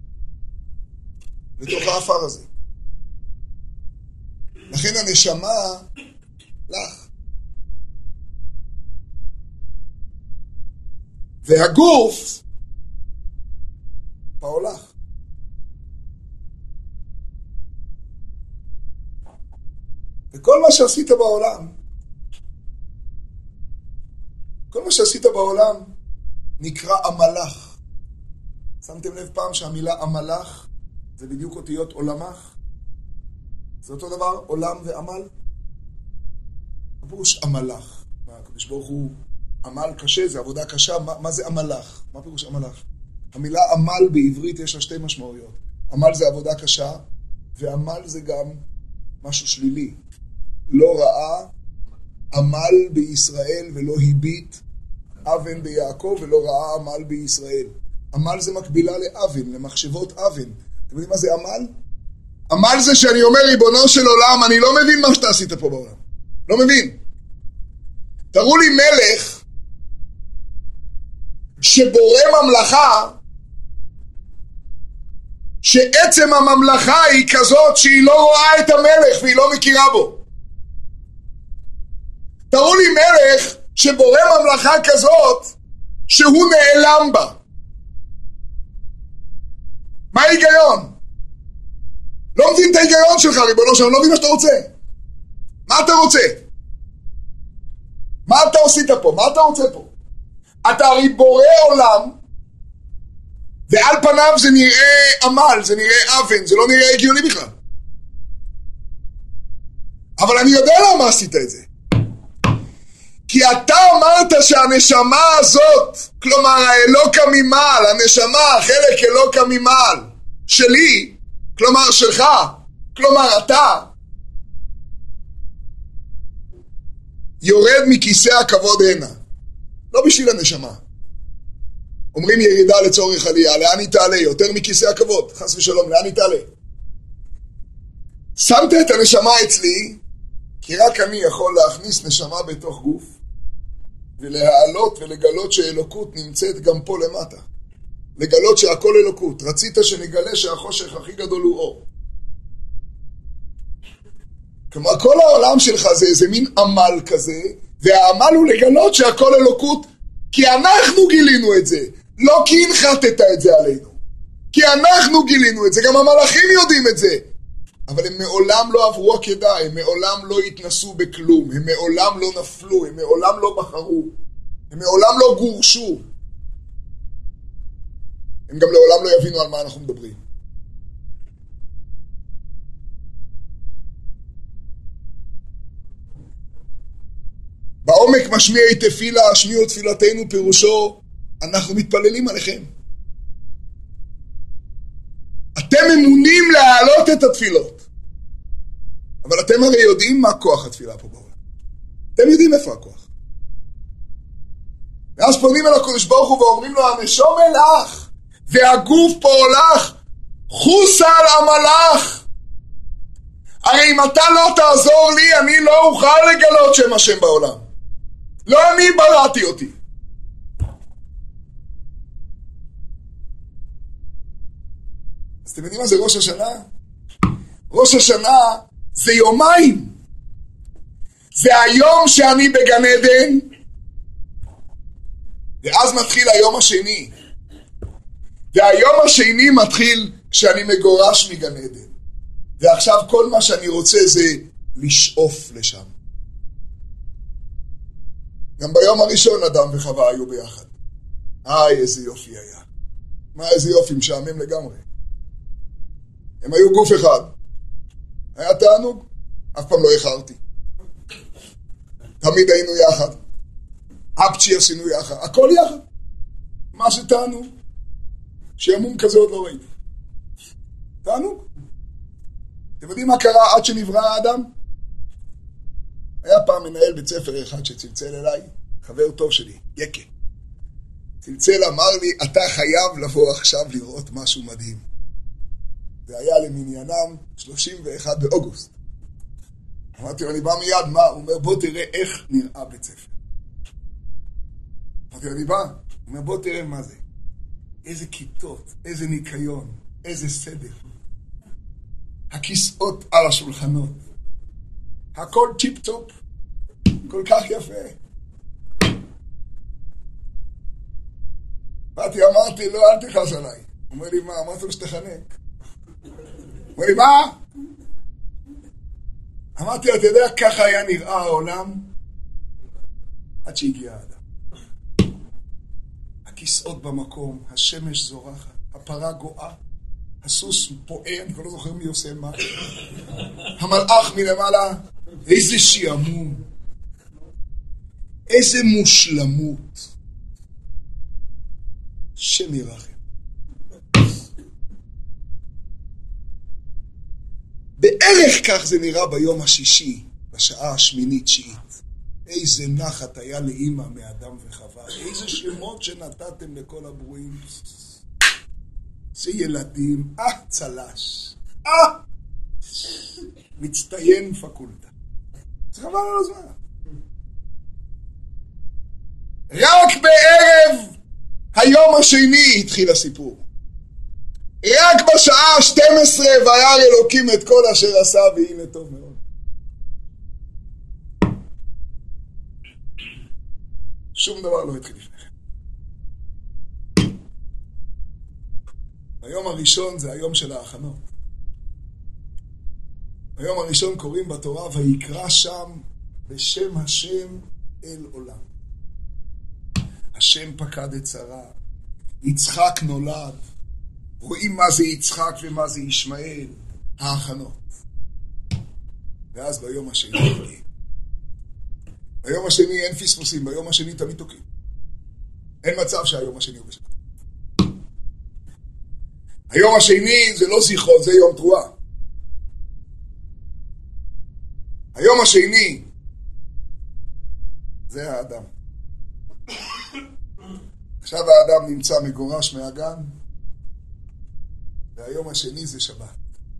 לתוך האפר הזה. לכן הנשמה לך. והגוף פעולך. וכל מה שעשית בעולם, כל מה שעשית בעולם נקרא עמלך. שמתם לב פעם שהמילה עמלך זה בדיוק אותיות עולמך? זה אותו דבר, עולם ועמל? מה פירוש עמלך? מה, הקדוש ברוך הוא עמל קשה, זה עבודה קשה, מה, מה זה עמלך? מה פירוש עמלך? המילה עמל בעברית יש לה שתי משמעויות. עמל זה עבודה קשה, ועמל זה גם משהו שלילי. לא ראה עמל בישראל ולא הביט אבן ביעקב ולא ראה עמל בישראל. עמל זה מקבילה לאבן, למחשבות אבן. אתם יודעים מה זה עמל? עמל זה שאני אומר, ריבונו של עולם, אני לא מבין מה שאתה עשית פה בעולם. לא מבין. תראו לי מלך שבורא ממלכה, שעצם הממלכה היא כזאת שהיא לא רואה את המלך והיא לא מכירה בו. תראו לי מלך שבורא ממלכה כזאת שהוא נעלם בה. מה ההיגיון? לא מבין את ההיגיון שלך, ריבונו שלנו, לא מבין מה שאתה רוצה. מה אתה רוצה? מה אתה עשית פה? מה אתה רוצה פה? אתה הרי בורא עולם, ועל פניו זה נראה עמל, זה נראה אבן, זה לא נראה הגיוני בכלל. אבל אני יודע למה עשית את זה. כי אתה אמרת שהנשמה הזאת, כלומר האלוקה ממעל, הנשמה, חלק אלוקה ממעל, שלי, כלומר שלך, כלומר אתה, יורד מכיסא הכבוד הנה. לא בשביל הנשמה. אומרים ירידה לצורך עלייה, לאן היא תעלה? יותר מכיסא הכבוד, חס ושלום, לאן היא תעלה? שמת את הנשמה אצלי, כי רק אני יכול להכניס נשמה בתוך גוף, ולהעלות ולגלות שאלוקות נמצאת גם פה למטה. לגלות שהכל אלוקות. רצית שנגלה שהחושך הכי גדול הוא אור. כלומר, כל העולם שלך זה איזה מין עמל כזה, והעמל הוא לגלות שהכל אלוקות, כי אנחנו גילינו את זה. לא כי הנחתת את זה עלינו. כי אנחנו גילינו את זה, גם המלאכים יודעים את זה. אבל הם מעולם לא עברו עקדה, הם מעולם לא התנסו בכלום, הם מעולם לא נפלו, הם מעולם לא בחרו, הם מעולם לא גורשו. הם גם לעולם לא יבינו על מה אנחנו מדברים. בעומק משמיעי תפילה, השמיעו תפילתנו, פירושו, אנחנו מתפללים עליכם. אתם אמונים להעלות את התפילות. אבל אתם הרי יודעים מה כוח התפילה פה בעולם. אתם יודעים איפה הכוח. ואז פונים אל הקדוש ברוך הוא ואומרים לו, הנשום אלך, והגוף פה הולך, חוס על המלאך. הרי אם אתה לא תעזור לי, אני לא אוכל לגלות שם השם בעולם. לא אני בראתי אותי. אז אתם יודעים מה זה ראש השנה? ראש השנה זה יומיים. זה היום שאני בגן עדן, ואז מתחיל היום השני. והיום השני מתחיל כשאני מגורש מגן עדן. ועכשיו כל מה שאני רוצה זה לשאוף לשם. גם ביום הראשון אדם וחווה היו ביחד. איי, איזה יופי היה. מה, איזה יופי, משעמם לגמרי. הם היו גוף אחד. היה תענוג. אף פעם לא איחרתי. תמיד היינו יחד. אפצ'י עשינו יחד. הכל יחד. מה שתענוג. שימום כזה עוד לא ראיתי. תענוג. אתם יודעים מה קרה עד שנברא האדם? היה פעם מנהל בית ספר אחד שצלצל אליי, חבר טוב שלי, יקה. צלצל, אמר לי, אתה חייב לבוא עכשיו לראות משהו מדהים. זה היה למניינם שלושים ואחד באוגוסט. אמרתי לו, אני בא מיד, מה? הוא אומר, בוא תראה איך נראה בית ספר. אמרתי לו, אני בא. הוא אומר, בוא תראה מה זה. איזה כיתות, איזה ניקיון, איזה סדר. הכיסאות על השולחנות. הכל טיפ טופ. כל כך יפה. באתי, אמרתי, לא, אל תכעס עליי. הוא אומר לי, מה? אמרתי לו שתחנק. הוא אומר לי, מה? אמרתי לו, אתה יודע, ככה היה נראה העולם עד שהגיע האדם. הכיסאות במקום, השמש זורחת, הפרה גואה, הסוס פועל, אני כבר לא זוכר מי עושה מה. המלאך מלמעלה, איזה שיעמום, איזה מושלמות. שם ירחם. בערך כך זה נראה ביום השישי, בשעה השמינית תשיעית. איזה נחת היה לאמא מאדם וחווה, איזה שמות שנתתם לכל הברואים. זה ילדים, אה, צלש, אה, מצטיין פקולטה. זה חבל על הזמן. רק בערב היום השני התחיל הסיפור. רק בשעה שתים עשרה וירא אלוקים את כל אשר עשה, והנה טוב מאוד. שום דבר לא התחיל לפני כן. היום הראשון זה היום של ההכנות. היום הראשון קוראים בתורה ויקרא שם בשם השם אל עולם. השם פקד את שרה, יצחק נולד, רואים מה זה יצחק ומה זה ישמעאל, ההכנות. ואז ביום השני יגיע. ביום השני אין פספוסים, ביום השני תמיד תוקעים. אין מצב שהיום השני הוא בשבת. היום השני זה לא זיכרון, זה יום תרועה. היום השני זה האדם. עכשיו האדם נמצא מגורש מהגן, והיום השני זה שבת.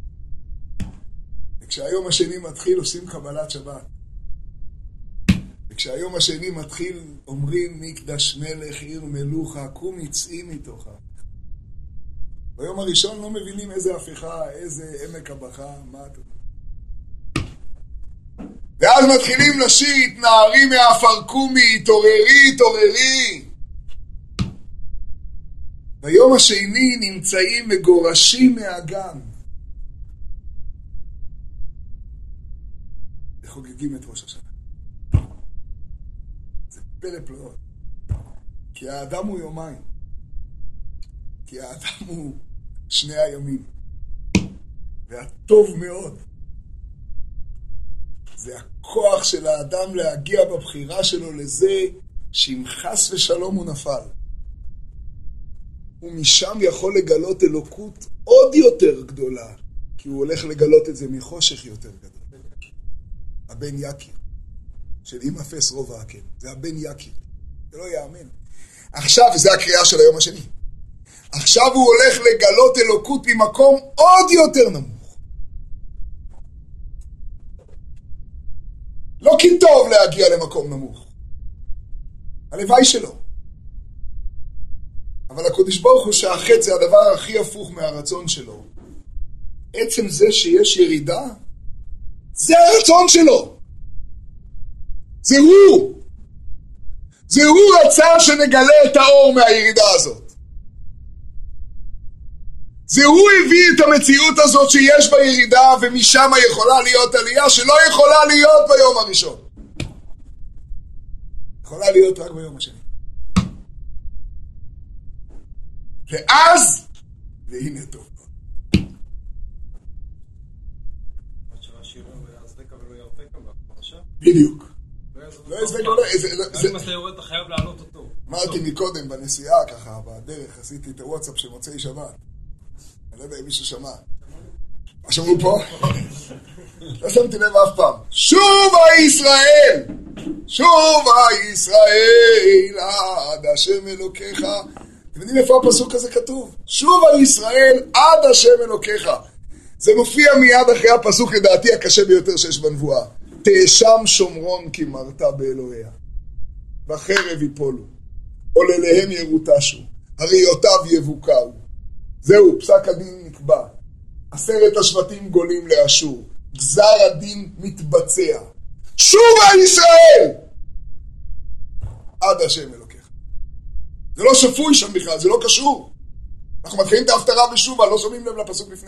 וכשהיום השני מתחיל עושים קבלת שבת. וכשהיום השני מתחיל אומרים מקדש מלך עיר מלוכה, קום יצאי מתוכה. ביום הראשון לא מבינים איזה הפיכה, איזה עמק הבכה, מה אתה... ואז מתחילים לשיר, התנערי מהעפר קומי, התעוררי, התעוררי. ביום השני נמצאים מגורשים מהגן. וחוגגים את ראש השנה. זה פלא פלאות. כי האדם הוא יומיים. כי האדם הוא שני הימים. והטוב מאוד. זה הכוח של האדם להגיע בבחירה שלו לזה שאם חס ושלום הוא נפל. ומשם יכול לגלות אלוקות עוד יותר גדולה, כי הוא הולך לגלות את זה מחושך יותר גדול. הבן יקיר, של אם אפס רוב העקל. זה הבן יקיר. זה לא יאמן. עכשיו, וזה הקריאה של היום השני. עכשיו הוא הולך לגלות אלוקות ממקום עוד יותר נמוך. לא כי טוב להגיע למקום נמוך. הלוואי שלו. אבל הקדוש ברוך הוא שהחטא זה הדבר הכי הפוך מהרצון שלו. עצם זה שיש ירידה, זה הרצון שלו. זה הוא. זה הוא רצה שנגלה את האור מהירידה הזאת. זה הוא הביא את המציאות הזאת שיש בירידה, ומשם יכולה להיות עלייה שלא יכולה להיות ביום הראשון. יכולה להיות רק ביום השני. ואז, והנה טוב. בדיוק. לא יזבק ולא... אם אתה יורד, אתה חייב לעלות אותו. אמרתי מקודם בנסיעה ככה, בדרך, עשיתי את הוואטסאפ של מוצאי שבת. אני לא יודע אם מישהו שמע. מה שמעו פה? לא שמתי לב אף פעם. שובה ישראל! שובה ישראל עד השם אלוקיך. אתם יודעים איפה הפסוק הזה כתוב? שובה ישראל עד השם אלוקיך. זה מופיע מיד אחרי הפסוק לדעתי הקשה ביותר שיש בנבואה. תאשם שומרון כי מרתה באלוהיה. בחרב יפולו. עולליהם ירוטשו. הריותיו יבוקעו. זהו, פסק הדין נקבע. עשרת השבטים גולים לאשור. גזר הדין מתבצע. שובה ישראל! עד השם אלוקיך. זה לא שפוי שם בכלל, זה לא קשור. אנחנו מתחילים את ההפטרה בשובה, לא שומעים לב לפסוק לפני.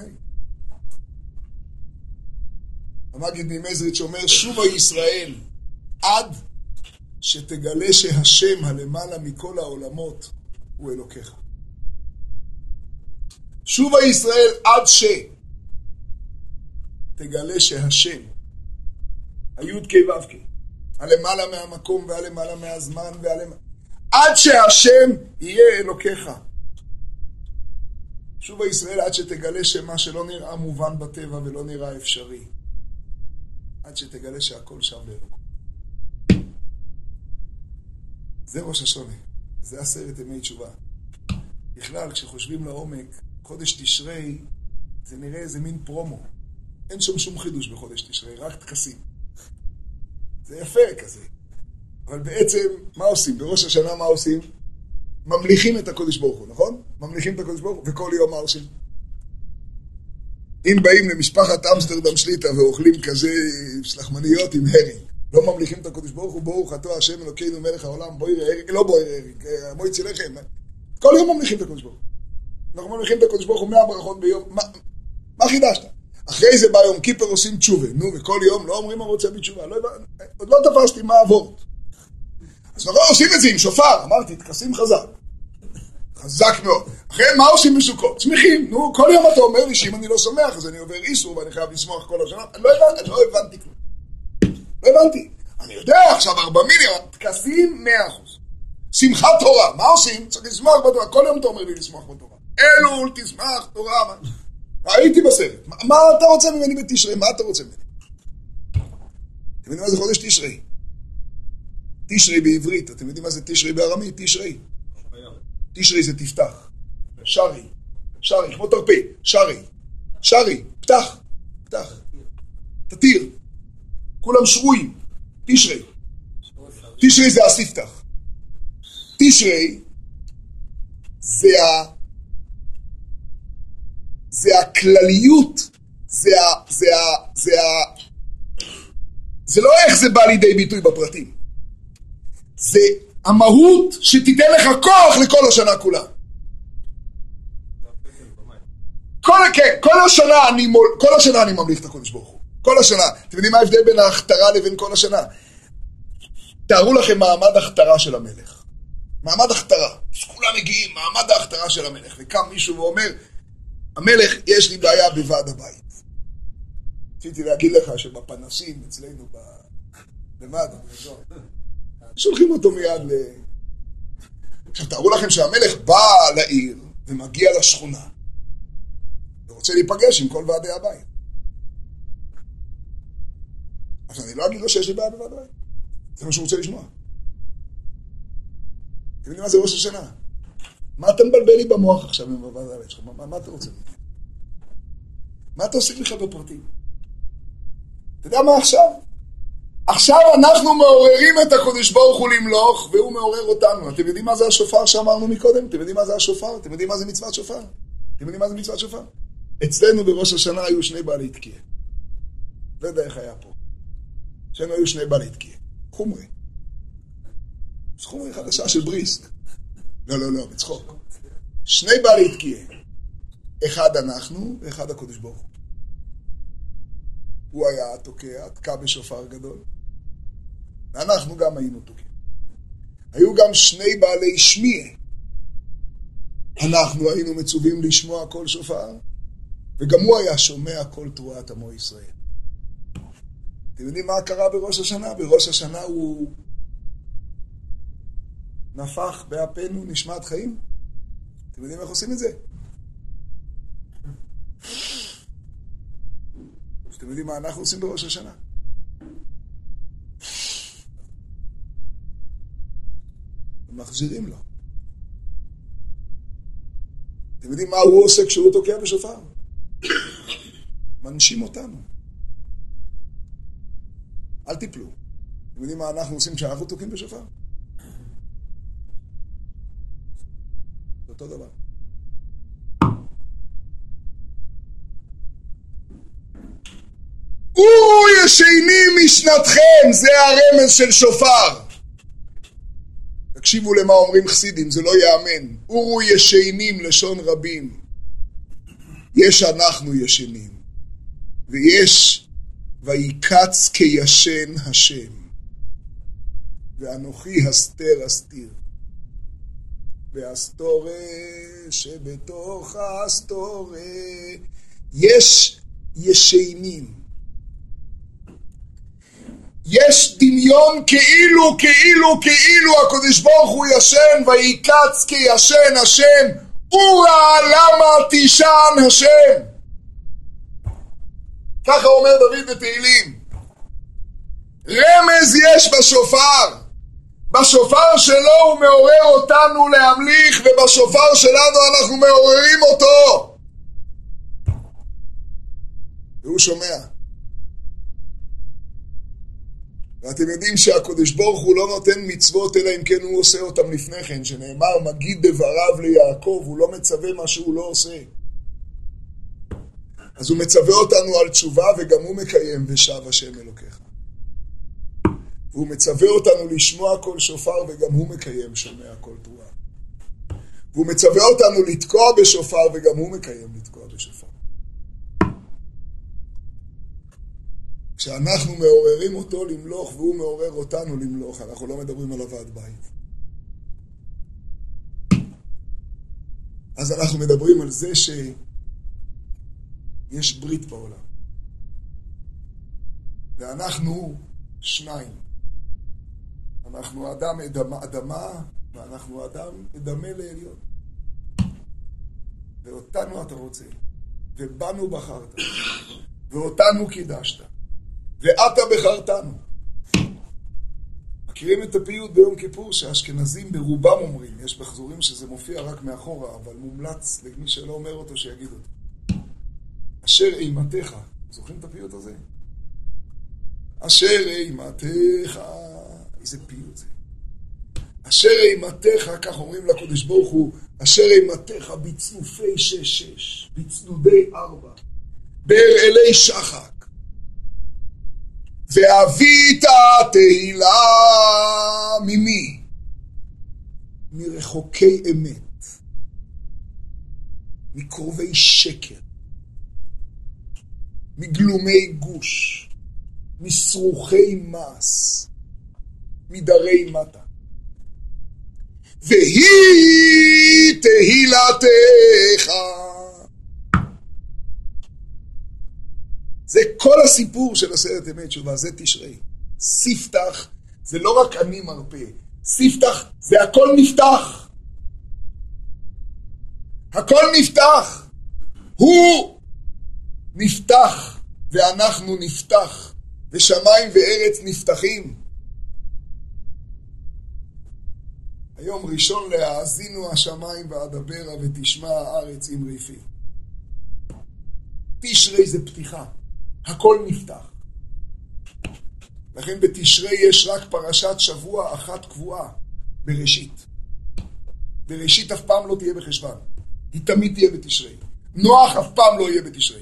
המגיד ממזריץ' אומר, שובה ישראל, עד שתגלה שהשם הלמעלה מכל העולמות הוא אלוקיך. שובה ישראל עד שתגלה שהשם, היוד כי וו כי, הלמעלה מהמקום והלמעלה מהזמן והלמעלה, עד שהשם יהיה אלוקיך. שובה ישראל עד שתגלה שמה שלא נראה מובן בטבע ולא נראה אפשרי. עד שתגלה שהכל שב לאלוקות. זה ראש השונה. זה עשרת ימי תשובה. בכלל, כשחושבים לעומק, חודש תשרי, זה נראה איזה מין פרומו. אין שום שום חידוש בחודש תשרי, רק תקסים. זה יפה כזה. אבל בעצם, מה עושים? בראש השנה מה עושים? ממליכים את הקודש ברוך הוא, נכון? ממליכים את הקודש ברוך הוא, וכל יום מה עושים? אם באים למשפחת אמסטרדם שליטה ואוכלים כזה שלחמניות עם הרינג, לא ממליכים את הקודש ברוך הוא, ברוך אתה השם אלוקינו מלך העולם, בואי הרינג, לא בואי הרינג, מועצי לחם. כל יום ממליכים את הקודש ברוך הוא. אנחנו מניחים את הקודש ברוך הוא מאה ברכות ביום. מה, מה חידשת? אחרי זה בא יום כיפר עושים תשובה. נו, וכל יום לא אומרים הרוצה בתשובה. לא, עוד לא תפסתי מה עבורת. אז אנחנו עושים את זה עם שופר. אמרתי, תכסים חזק. חזק מאוד. אחרי מה עושים בסוכות? צמיחים. נו, כל יום אתה אומר לי שאם אני לא שמח, אז אני עובר איסור ואני חייב לשמוח כל השנה. אני לא הבנתי, לא הבנתי כלום. לא הבנתי. אני יודע עכשיו ארבע מיליון, תכסים מאה אחוז. שמחת תורה. מה עושים? צריך לשמוח בתורה. כל יום אתה אומר לי לשמוח בתורה. אלול, תשמח, תורה. הייתי בסרט. מה, מה אתה רוצה ממני בתשרי? מה אתה רוצה ממני? אתם יודעים מה זה חודש תשרי? תשרי בעברית. אתם יודעים מה זה תשרי בארמית? תשרי. תשרי זה תפתח. שרי. שרי, כמו תרפה. שרי. שרי. פתח. פתח. תתיר. כולם שרויים. תשרי. תשרי זה הספתח. תשרי זה ה... זה הכלליות, זה ה... זה ה... זה ה... זה לא איך זה בא לידי ביטוי בפרטים. זה המהות שתיתן לך כוח לכל השנה כולה. כל, כן, כל השנה אני מול, כל השנה אני ממליך את הקודש ברוך הוא. כל השנה. אתם יודעים מה ההבדל בין ההכתרה לבין כל השנה? תארו לכם מעמד ההכתרה של המלך. מעמד ההכתרה. כולם מגיעים, מעמד ההכתרה של המלך. וקם מישהו ואומר, המלך, יש לי בעיה בוועד הבית. רציתי להגיד לך שבפנסים אצלנו בוועד, שולחים אותו מיד ל... עכשיו תארו לכם שהמלך בא לעיר ומגיע לשכונה ורוצה להיפגש עם כל ועדי הבית. אז אני לא אגיד לו שיש לי בעיה בוועד הבית. זה מה שהוא רוצה לשמוע. אתם יודעים מה זה ראש השנה? מה אתה מבלבל לי במוח עכשיו עם הוועד הבית שלך? מה, מה אתה רוצה? מה אתה עושה לך בפרטים? אתה יודע מה עכשיו? עכשיו אנחנו מעוררים את הקודש ברוך הוא למלוך, והוא מעורר אותנו. אתם יודעים מה זה השופר שאמרנו מקודם? אתם יודעים מה זה השופר? אתם יודעים מה זה מצוות שופר? אתם יודעים מה זה מצוות שופר? אצלנו בראש השנה היו שני בעלי תקיעה. לא יודע איך היה פה. אצלנו היו שני בעלי תקיעה. חומרי. חומרי חדשה של בריס. לא, לא, לא, בצחוק. שני בעלי תקיעה. אחד אנחנו ואחד הקודש ברוך הוא. הוא היה תוקע, תקע בשופר גדול. ואנחנו גם היינו תוקעים. היו גם שני בעלי שמיע. אנחנו היינו מצווים לשמוע כל שופר, וגם הוא היה שומע כל תרועת עמו ישראל. אתם יודעים מה קרה בראש השנה? בראש השנה הוא נפח באפנו נשמת חיים. אתם יודעים איך עושים את זה? אתם יודעים מה אנחנו עושים בראש השנה? מחזירים לו. אתם יודעים מה הוא עושה כשהוא תוקע בשופר? מנשים אותנו. אל תיפלו. אתם יודעים מה אנחנו עושים כשאנחנו תוקעים בשופר? זה אותו דבר. אורו ישנים משנתכם, זה הרמז של שופר. תקשיבו למה אומרים חסידים, זה לא יאמן. אורו ישנים לשון רבים. יש אנחנו ישנים, ויש ויקץ כישן השם, ואנוכי הסתר אסתיר, והסתורה שבתוך הסתורה. יש ישנים. יש דמיון כאילו, כאילו, כאילו הקדוש ברוך הוא ישן, ויקץ כישן השם, אורה למה תישן השם. ככה אומר דוד בתהילים. רמז יש בשופר. בשופר שלו הוא מעורר אותנו להמליך, ובשופר שלנו אנחנו מעוררים אותו. והוא שומע. ואתם יודעים שהקדוש ברוך הוא לא נותן מצוות אלא אם כן הוא עושה אותם לפני כן, שנאמר מגיד דבריו ליעקב, הוא לא מצווה מה שהוא לא עושה. אז הוא מצווה אותנו על תשובה וגם הוא מקיים ושב השם אלוקיך. והוא מצווה אותנו לשמוע כל שופר וגם הוא מקיים שומע כל תרועה. והוא מצווה אותנו לתקוע בשופר, וגם הוא מקיים לתקוע בשופר. כשאנחנו מעוררים אותו למלוך, והוא מעורר אותנו למלוך, אנחנו לא מדברים על הוועד בית. אז אנחנו מדברים על זה שיש ברית בעולם. ואנחנו שניים. אנחנו אדם אדמה, אדמה ואנחנו אדם אדמה לעליון. ואותנו אתה רוצה, ובנו בחרת, ואותנו קידשת, ואתה בחרתנו. מכירים את הפיוט ביום כיפור שהאשכנזים ברובם אומרים, יש בחזורים שזה מופיע רק מאחורה, אבל מומלץ למי שלא אומר אותו שיגיד אותו. אשר אימתך, זוכרים את הפיוט הזה? אשר אימתך, איזה פיוט זה. אשר אימתך, כך אומרים לקודש ברוך הוא, אשר אימתך בצנופי שש שש, בצנודי ארבע, בארעלי שחק, ואבית תהילה ממי? מרחוקי אמת, מקרובי שקר, מגלומי גוש, מסרוחי מס, מדרי מטה. והיא תהילתך. זה כל הסיפור של עשרת ימי תשובה, זה תשרי. ספתח זה לא רק אני מרפא, ספתח זה הכל נפתח. הכל נפתח. הוא נפתח ואנחנו נפתח, ושמיים וארץ נפתחים. היום ראשון להאזינו השמיים ואדברה ותשמע הארץ עם ריפי. תשרי זה פתיחה. הכל נפתח. לכן בתשרי יש רק פרשת שבוע אחת קבועה, בראשית. בראשית אף פעם לא תהיה בחשבן. היא תמיד תהיה בתשרי. נוח אף פעם לא יהיה בתשרי.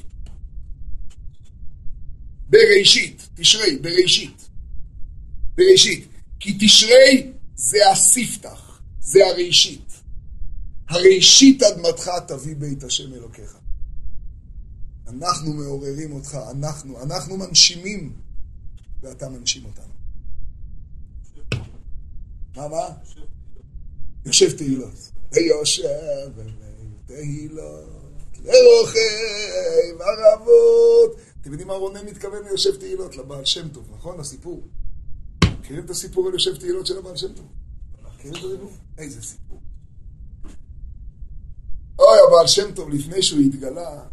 בראשית, תשרי, בראשית. בראשית. כי תשרי זה הספתח, זה הראשית. הראשית אדמתך תביא בית השם אלוקיך. אנחנו מעוררים אותך, אנחנו, אנחנו מנשימים, ואתה מנשים אותנו. מה, מה? יושב תהילות. ויושב תהילות, לרוחב ערבות. אתם יודעים מה רונן מתכוון ליושב תהילות? לבעל שם טוב, נכון? הסיפור. מכירים את הסיפור על יושב תהילות של הבעל שם טוב? מכירים את הסיפור? איזה סיפור. אוי, הבעל שם טוב, לפני שהוא התגלה,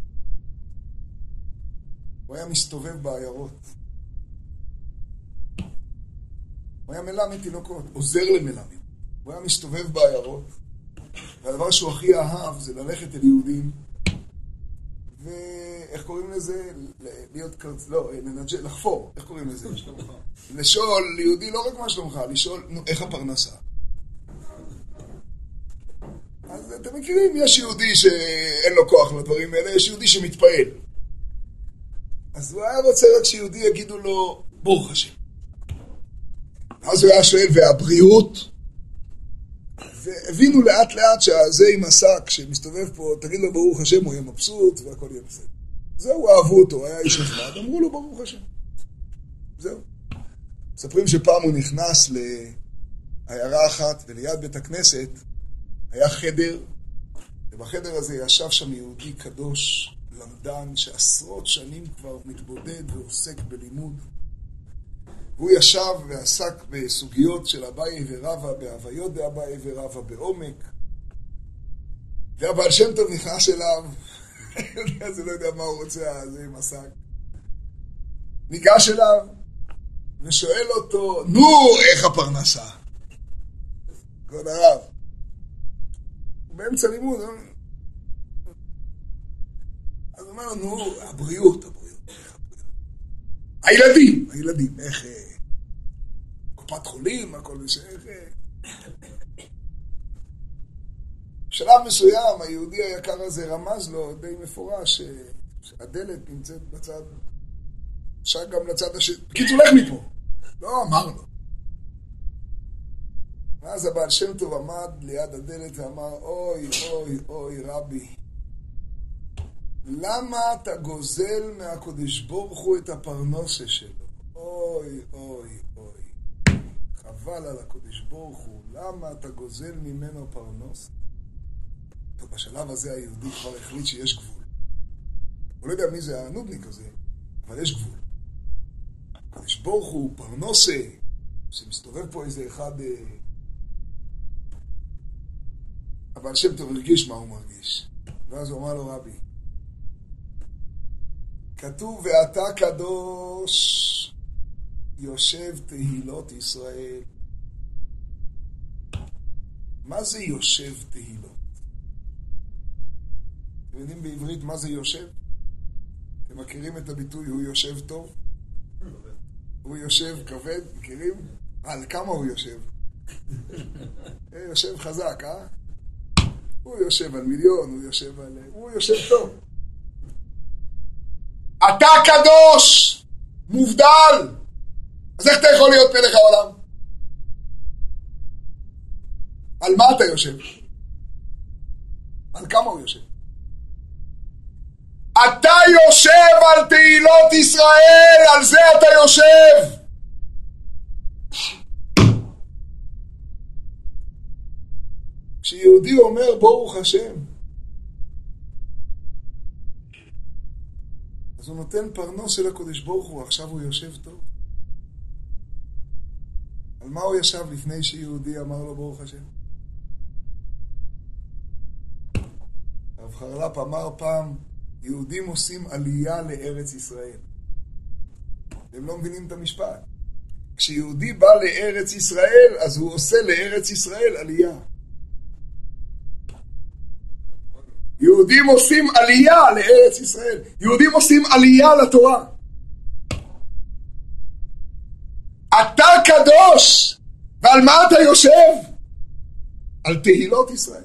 הוא היה מסתובב בעיירות. הוא היה מלמד תינוקות, עוזר למלמד. הוא היה מסתובב בעיירות, והדבר שהוא הכי אהב זה ללכת אל יהודים, ואיך קוראים לזה? להיות קרצ... לא, לנג'ל, לחפור. איך קוראים לזה? לשאול, ליהודי לא רק מה שלומך, לשאול, נו, איך הפרנסה? אז אתם מכירים, יש יהודי שאין לו כוח לדברים האלה, יש יהודי שמתפעל. אז הוא היה רוצה רק שיהודי יגידו לו, ברוך השם. אז הוא היה שואל, והבריאות? והבינו לאט לאט שזה עם השק שמסתובב פה, תגיד לו ברוך השם, הוא יהיה מבסוט והכל יהיה בסדר. זהו, אהבו אותו, היה איש נחמד, אמרו לו ברוך השם. זהו. מספרים שפעם הוא נכנס לעיירה אחת, וליד בית הכנסת היה חדר, ובחדר הזה ישב שם יהודי קדוש, למדן, שעשרות שנים כבר מתבודד ועוסק בלימוד. הוא ישב ועסק בסוגיות של אביי ורבא, בהוויות באביי ורבא, בעומק. והבעל שם טוב נכנס אליו, אז הוא לא יודע מה הוא רוצה, זה עם עסק. ניגש אליו ושואל אותו, נו, איך הפרנסה? כבוד הרב. הוא באמצע לימוד, אז הוא אומר, נו, הבריאות, הבריאות. הילדים, הילדים, איך... קופת חולים, הכל זה, איך... בשלב מסוים, היהודי היקר הזה רמז לו די מפורש, שהדלת נמצאת בצד, אפשר גם לצד השני. בקיצור, לך מפה. לא, אמר לו. ואז הבעל שם טוב עמד ליד הדלת ואמר, אוי, אוי, אוי, רבי, למה אתה גוזל מהקודש ברוך הוא את הפרנסה שלו? אוי, אוי, אוי. חבל על הקודש ברוך הוא, למה אתה גוזל ממנו פרנס? טוב, בשלב הזה היהודי כבר החליט שיש גבול. הוא לא יודע מי זה הנודניק הזה, אבל יש גבול. הקודש ברוך הוא פרנסה, שמסתובב פה איזה אחד... אבל שם טוב הרגיש מה הוא מרגיש. ואז הוא אמר לו, רבי, כתוב, ואתה קדוש יושב תהילות ישראל. מה זה יושב תהילות? אתם יודעים בעברית מה זה יושב? אתם מכירים את הביטוי הוא יושב טוב? הוא יושב כבד, מכירים? על כמה הוא יושב? יושב חזק, אה? הוא יושב על מיליון, הוא יושב על... הוא יושב טוב. אתה קדוש, מובדל. אז איך אתה יכול להיות מלך העולם? על מה אתה יושב? על כמה הוא יושב? אתה יושב על תהילות ישראל, על זה אתה יושב. כשיהודי אומר ברוך השם, אז הוא נותן פרנס של הקודש ברוך הוא, עכשיו הוא יושב טוב. על מה הוא ישב לפני שיהודי אמר לו ברוך השם? הרב חרל"פ אמר פעם, יהודים עושים עלייה לארץ ישראל. הם לא מבינים את המשפט. כשיהודי בא לארץ ישראל, אז הוא עושה לארץ ישראל עלייה. יהודים עושים עלייה לארץ ישראל. יהודים עושים עלייה לתורה. אתה קדוש, ועל מה אתה יושב? על תהילות ישראל.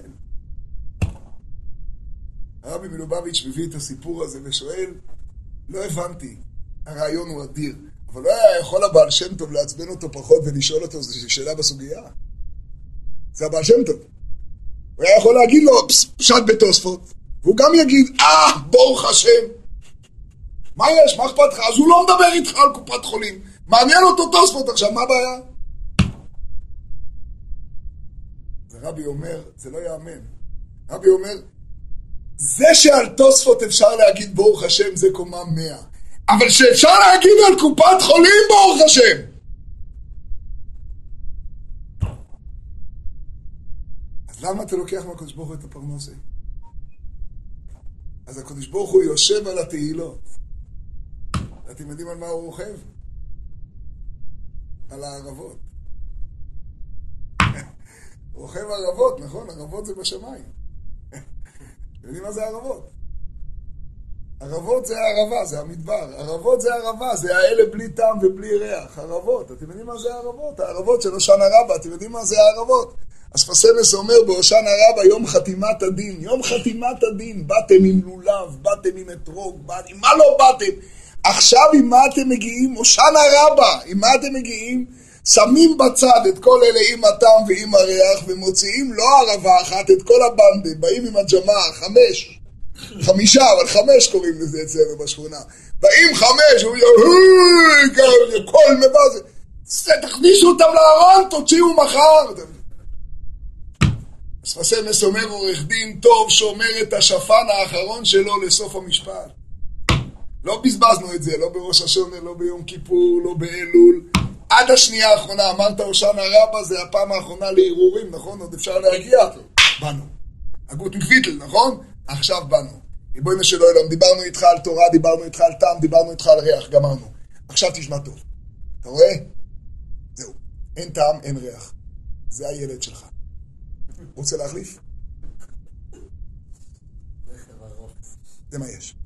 הרבי מלובביץ' מביא את הסיפור הזה ושואל, לא הבנתי, הרעיון הוא אדיר, אבל לא היה יכול הבעל שם טוב לעצבן אותו פחות ולשאול אותו, זו שאלה בסוגיה. זה הבעל שם טוב. הוא היה יכול להגיד לו, פשט בתוספות, והוא גם יגיד, אה, ברוך השם. מה יש? מה אכפת לך? אז הוא לא מדבר איתך על קופת חולים. מעניין אותו תוספות עכשיו, מה הבעיה? רבי אומר, זה לא יאמן. רבי אומר, זה שעל תוספות אפשר להגיד ברוך השם זה קומה מאה. אבל שאפשר להגיד על קופת חולים ברוך השם. אז למה אתה לוקח מהקדוש ברוך הוא את הפרנסה? אז הקדוש ברוך הוא יושב על התהילות. אתם יודעים על מה הוא רוכב? על הערבות. הוא רוכב ערבות, נכון? ערבות זה בשמיים. אתם יודעים מה זה ערבות? ערבות זה הערבה, זה המדבר. ערבות זה הערבה, זה האלה בלי טעם ובלי ריח. ערבות, אתם יודעים מה זה הערבות? הערבות של הושענא רבה, אתם יודעים מה זה הערבות? אספסיאנוס אומר בהושענא רבה, יום חתימת הדין. יום חתימת הדין, באתם עם לולב, באתם עם אתרוג, באתם, מה לא באתם? עכשיו עם מה אתם מגיעים? הושענא רבה, עם מה אתם מגיעים? שמים בצד את כל אלה עם הטעם ועם הריח, ומוציאים לא ערבה אחת, את כל הבנדה, באים עם הג'מעה, חמש, חמישה, אבל חמש קוראים לזה אצלנו בשכונה. באים חמש, הוא אומר, כל מבזה, תכניסו אותם לארון, תוציאו מחר. אספסיאנוס אומר, עורך דין טוב שומר את השפן האחרון שלו לסוף המשפט. לא בזבזנו את זה, לא בראש השונה, לא ביום כיפור, לא באלול. עד השנייה האחרונה, אמרת הושענא רבה, זה הפעם האחרונה לערעורים, נכון? עוד אפשר להגיע? באנו. הגות מגביטל, נכון? עכשיו באנו. ריבונו של עולם, דיברנו איתך על תורה, דיברנו איתך על טעם, דיברנו איתך על ריח, גמרנו. עכשיו תשמע טוב. אתה רואה? זהו. אין טעם, אין ריח. זה הילד שלך. רוצה להחליף? זה מה יש.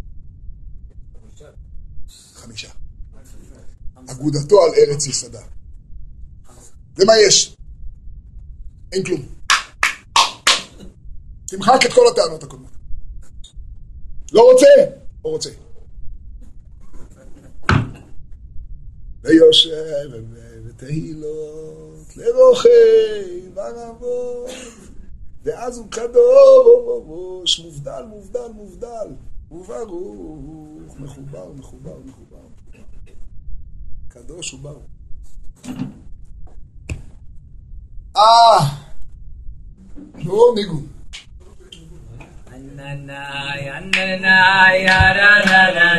חמישה. אגודתו על ארץ יסדה. זה מה יש. אין כלום. תמחק את כל הטענות הקודמות. לא רוצה? לא רוצה. ויאמר יושב ותהילות לרוחי ורבות, ואז הוא קדוש, מובדל, מובדל, מובדל, וברוך, מחובר, מחובר, מחובר, קדוש וברוך. אה, נו, ניגון. Ananai, ananai, ananai,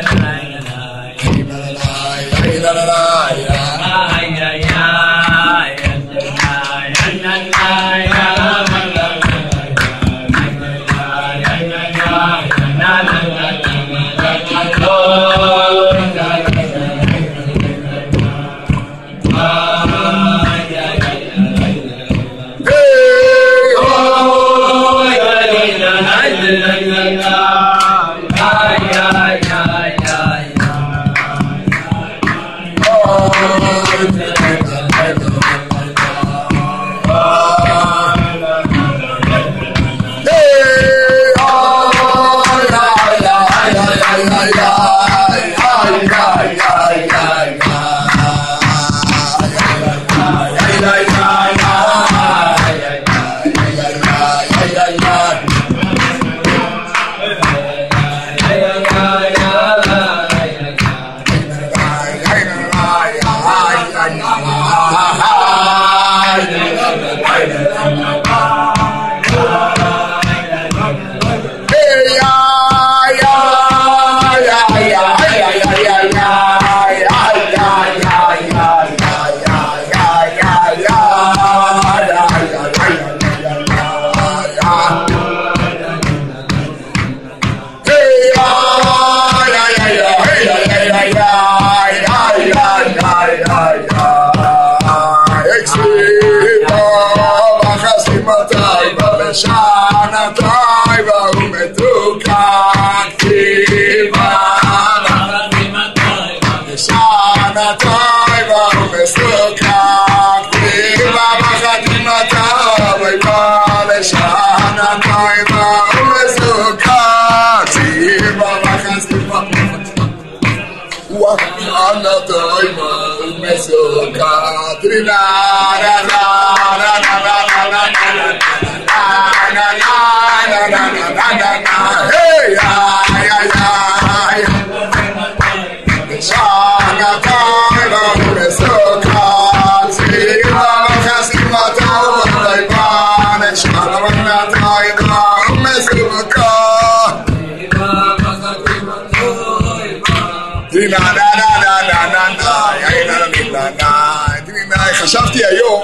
חשבתי היום,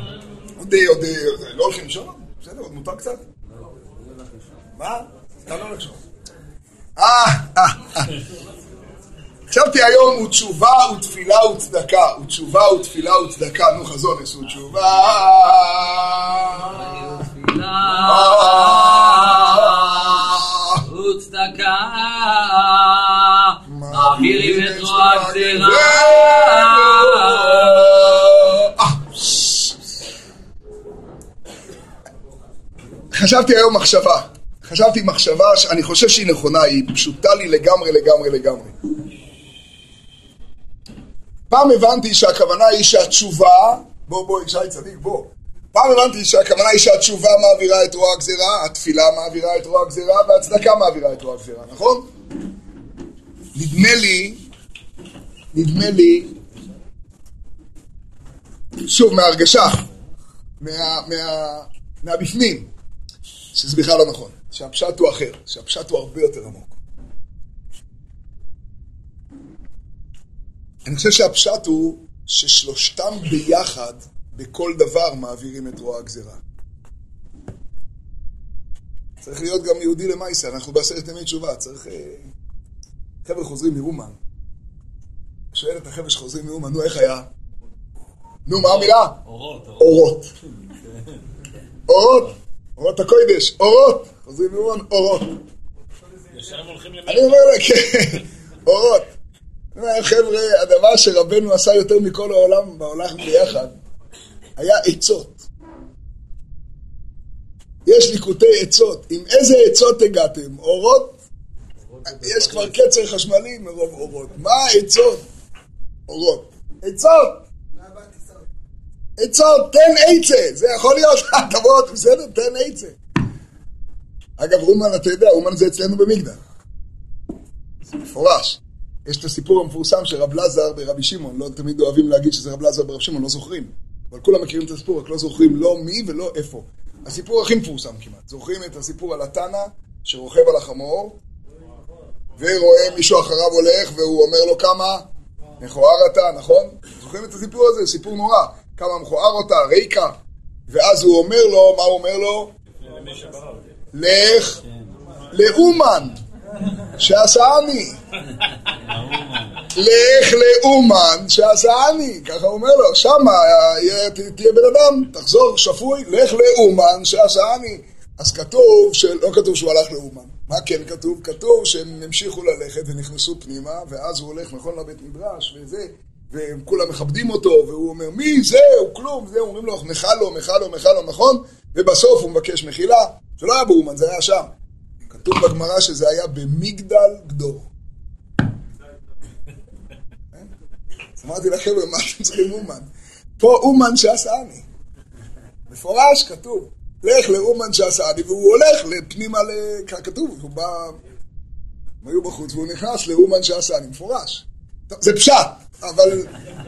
עוד, עוד, לא הולכים לישון? בסדר, עוד מותר קצת? מה? אתה לא הולך לישון. אה, אה, אה. חשבתי היום, ותשובה ותפילה וצדקה, ותשובה ותפילה וצדקה, נו חזון, עשו תשובה. וצדקה, מעבירים את רוע הגזירה. חשבתי היום מחשבה, חשבתי מחשבה שאני חושב שהיא נכונה, היא פשוטה לי לגמרי, לגמרי, לגמרי. פעם הבנתי שהכוונה היא שהתשובה, בוא בוא ישי צדיק בוא, פעם הבנתי שהכוונה היא שהתשובה מעבירה את רוע הגזירה, התפילה מעבירה את רוע הגזירה והצדקה מעבירה את רוע הגזירה, נכון? נדמה לי, נדמה לי, שוב מההרגשה, מה, מה, מהבפנים, שזה בכלל לא נכון, שהפשט הוא אחר, שהפשט הוא הרבה יותר עמוק. אני חושב שהפשט הוא ששלושתם ביחד בכל דבר מעבירים את רוע הגזירה. צריך להיות גם יהודי למייסה, אנחנו בעשרת ימי תשובה, צריך... חבר'ה חוזרים מאומן. שואל את החבר'ה שחוזרים מאומן, נו איך היה? נו מה המילה? אורות. אורות. אורות. אורות הקודש, אורות. חוזרים מאומן, אורות. אני אומר לה, כן, אורות. חבר'ה, הדבר שרבנו עשה יותר מכל העולם בעולם ביחד היה עצות. יש ליקוטי עצות. עם איזה עצות הגעתם? אורות? יש כבר קצר חשמלי מרוב אורות. מה העצות? אורות. עצות. עצות, תן עצה. זה יכול להיות הטבות, בסדר? תן עצה. אגב, אומן, אתה יודע, אומן זה אצלנו במגדל. זה מפורש. יש את הסיפור המפורסם של רב לזר ברבי שמעון. לא תמיד אוהבים להגיד שזה רב לזר ברבי שמעון, לא זוכרים. אבל כולם מכירים את הסיפור, רק לא זוכרים לא מי ולא איפה. הסיפור הכי מפורסם כמעט. זוכרים את הסיפור על התנא שרוכב על החמור, ורואה מישהו אחריו הולך, והוא אומר לו כמה מכוער אתה, נכון? זוכרים את הסיפור הזה? סיפור נורא. כמה מכוער אותה, ריקה. ואז הוא אומר לו, מה הוא אומר לו? לך לאומן שעשני. לך לאומן שעשני. ככה הוא אומר לו, שמה תהיה בן אדם, תחזור שפוי, לך לאומן שעשני. אז כתוב, לא כתוב שהוא הלך לאומן. מה כן כתוב? כתוב שהם המשיכו ללכת ונכנסו פנימה, ואז הוא הולך נכון לבית מדרש וזה, והם כולם מכבדים אותו, והוא אומר, מי זה? הוא כלום, זה, אומרים לו, מחה לו, מחה לו, מחה לו, נכון? ובסוף הוא מבקש מחילה, זה לא היה באומן, זה היה שם. כתוב בגמרא שזה היה במגדל גדור. אז אמרתי לכם, מה אתם צריכים אומן? פה אומן שעשני. מפורש כתוב. לך לאומן שעשני, והוא הולך לפנימה, כתוב, הוא בא, הם היו בחוץ, והוא נכנס לאומן שעשני, מפורש. זה פשט, אבל...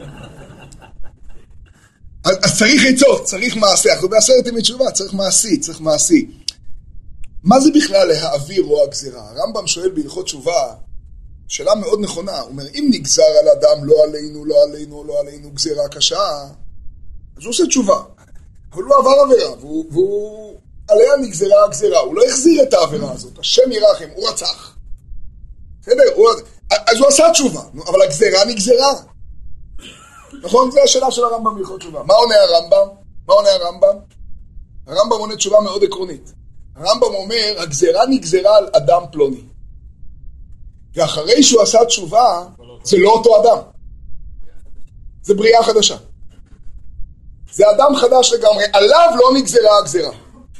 אז צריך עצות, צריך מעשה, אנחנו בעשרת ימי תשובה, צריך מעשי, צריך מעשי. מה זה בכלל להעביר רוע גזירה? הרמב"ם שואל בהלכות תשובה, שאלה מאוד נכונה, הוא אומר, אם נגזר על אדם לא עלינו, לא עלינו, לא עלינו גזירה קשה, אז הוא עושה תשובה. אבל הוא עבר עבירה, והוא, והוא עליה נגזרה הגזירה, הוא לא החזיר את העבירה הזאת, השם ירחם, הוא רצח. בסדר? הוא... אז הוא עשה תשובה, אבל הגזירה נגזרה. נכון? זו השאלה של הרמב"ם בהלכות תשובה. מה עונה הרמב"ם? מה עונה הרמב"ם? הרמב"ם עונה תשובה מאוד עקרונית. הרמב"ם אומר, הגזירה נגזרה על אדם פלוני. ואחרי שהוא עשה תשובה, זה לא אותו אדם. זה בריאה חדשה. זה אדם חדש לגמרי, עליו לא נגזרה הגזירה.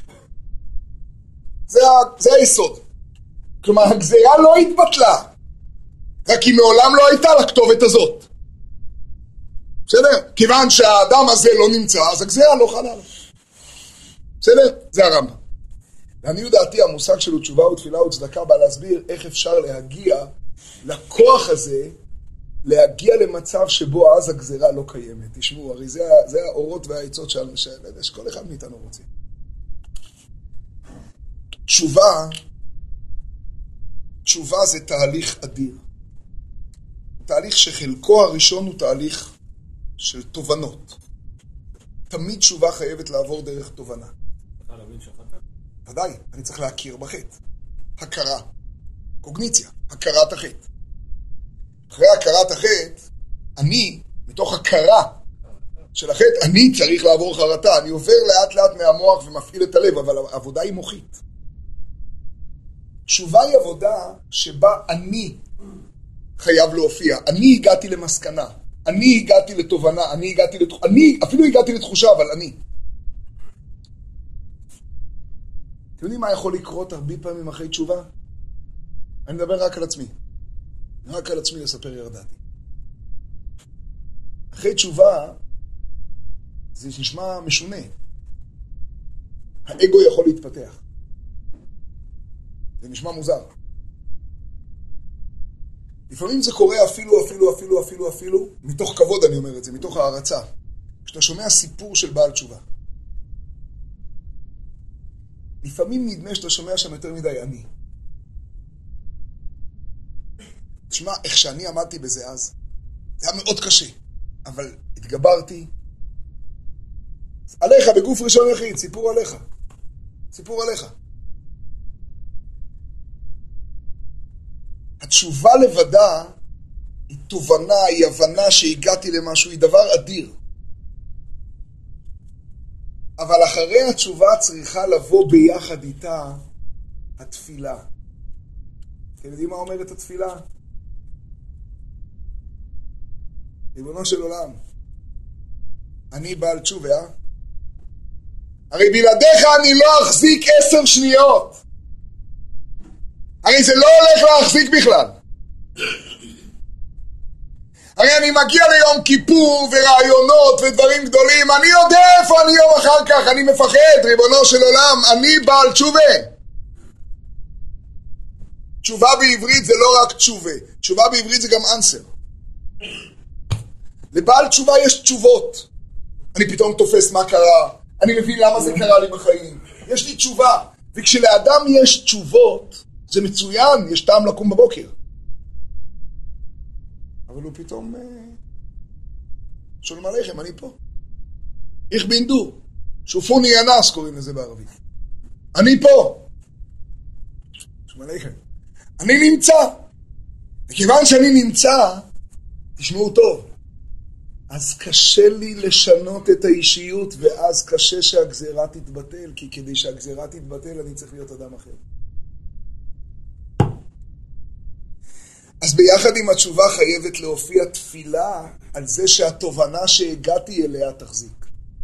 זה, זה היסוד. כלומר, הגזירה לא התבטלה, רק היא מעולם לא הייתה לכתובת הזאת. בסדר? כיוון שהאדם הזה לא נמצא, אז הגזירה לא חלה לו. בסדר? זה הרמב"ם. לעניות דעתי, המושג שלו תשובה ותפילה וצדקה בא להסביר איך אפשר להגיע לכוח הזה, להגיע למצב שבו אז הגזירה לא קיימת. תשמעו, הרי זה, זה האורות והעצות שלנו, שכל אחד מאיתנו רוצה. תשובה, תשובה זה תהליך אדיר. תהליך שחלקו הראשון הוא תהליך של תובנות. תמיד תשובה חייבת לעבור דרך תובנה. אתה להבין שחטא? ודאי, אני צריך להכיר בחטא. הכרה. קוגניציה. הכרת החטא. אחרי הכרת החטא, אני, מתוך הכרה של החטא, אני צריך לעבור חרטה. אני עובר לאט לאט מהמוח ומפעיל את הלב, אבל העבודה היא מוחית. תשובה היא עבודה שבה אני חייב להופיע. אני הגעתי למסקנה. אני הגעתי לתובנה. אני הגעתי לתח... אני אפילו הגעתי לתחושה, אבל אני. אתם יודעים מה יכול לקרות הרבה פעמים אחרי תשובה? אני מדבר רק על עצמי. רק על עצמי לספר ירדתי. אחרי תשובה, זה נשמע משונה. האגו יכול להתפתח. זה נשמע מוזר. לפעמים זה קורה אפילו, אפילו, אפילו, אפילו, אפילו, מתוך כבוד אני אומר את זה, מתוך הערצה. כשאתה שומע סיפור של בעל תשובה. לפעמים נדמה שאתה שומע שם יותר מדי אני. תשמע, איך שאני עמדתי בזה אז, זה היה מאוד קשה, אבל התגברתי. עליך, בגוף ראשון יחיד, סיפור עליך. סיפור עליך. התשובה לבדה היא תובנה, היא הבנה שהגעתי למשהו, היא דבר אדיר. אבל אחרי התשובה צריכה לבוא ביחד איתה התפילה. אתם יודעים מה אומרת התפילה? ריבונו של עולם, אני בעל תשובה, אה? הרי בלעדיך אני לא אחזיק עשר שניות. הרי זה לא הולך להחזיק בכלל. הרי אני מגיע ליום כיפור ורעיונות ודברים גדולים, אני יודע איפה אני יום אחר כך, אני מפחד, ריבונו של עולם, אני בעל תשובה. תשובה בעברית זה לא רק תשובה, תשובה בעברית זה גם אנסר. לבעל תשובה יש תשובות. אני פתאום תופס מה קרה, אני מבין למה זה קרה לי בחיים, יש לי תשובה. וכשלאדם יש תשובות, זה מצוין, יש טעם לקום בבוקר. אבל הוא פתאום... שולם עליכם, אני פה. איך בינדו? שופוני ינס קוראים לזה בערבית. אני פה. שולם עליכם. אני נמצא. וכיוון שאני נמצא, תשמעו טוב. אז קשה לי לשנות את האישיות, ואז קשה שהגזירה תתבטל, כי כדי שהגזירה תתבטל אני צריך להיות אדם אחר. אז ביחד עם התשובה חייבת להופיע תפילה על זה שהתובנה שהגעתי אליה תחזיק.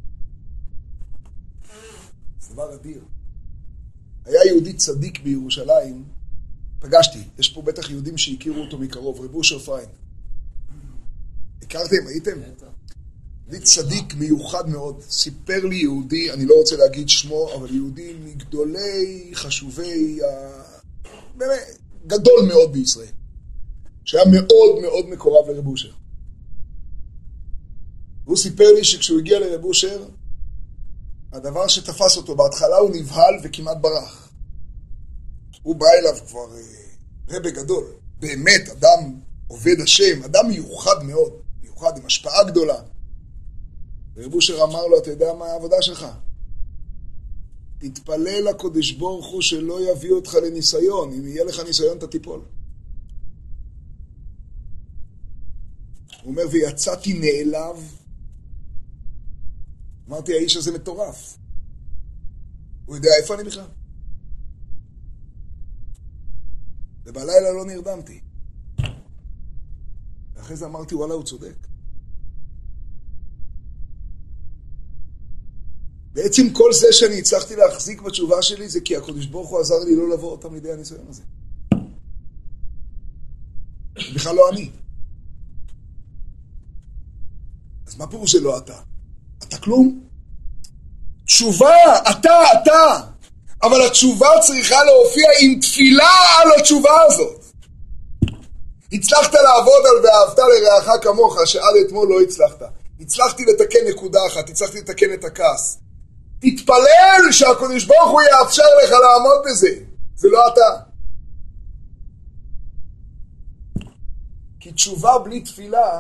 זה דבר אדיר. היה יהודי צדיק בירושלים, פגשתי, יש פה בטח יהודים שהכירו אותו מקרוב, רב אושר פיין. הכרתם? הייתם? יהודי צדיק מיוחד מאוד. סיפר לי יהודי, אני לא רוצה להגיד שמו, אבל יהודי מגדולי חשובי, באמת, גדול מאוד בישראל. שהיה מאוד מאוד מקורב לרב אושר. והוא סיפר לי שכשהוא הגיע לרב אושר, הדבר שתפס אותו, בהתחלה הוא נבהל וכמעט ברח. הוא בא אליו כבר רבי גדול, באמת אדם עובד השם, אדם מיוחד מאוד, מיוחד עם השפעה גדולה. ורב אושר אמר לו, אתה יודע מה העבודה שלך? תתפלל לקדוש ברוך הוא שלא יביא אותך לניסיון, אם יהיה לך ניסיון אתה תיפול. הוא אומר, ויצאתי נעלב. אמרתי, האיש הזה מטורף. הוא יודע איפה אני בכלל. ובלילה לא נרדמתי. ואחרי זה אמרתי, וואלה, הוא צודק. בעצם כל זה שאני הצלחתי להחזיק בתשובה שלי, זה כי הקדוש ברוך הוא עזר לי לא לבוא אותם לידי הניסיון הזה. בכלל לא אני. אז מה פירוש זה לא אתה? אתה כלום? תשובה, אתה, אתה. אבל התשובה צריכה להופיע עם תפילה על התשובה הזאת. הצלחת לעבוד על ואהבת לרעך כמוך, שעד אתמול לא הצלחת. הצלחתי לתקן נקודה אחת, הצלחתי לתקן את הכעס. תתפלל שהקדוש ברוך הוא יאפשר לך לעמוד בזה. זה לא אתה. כי תשובה בלי תפילה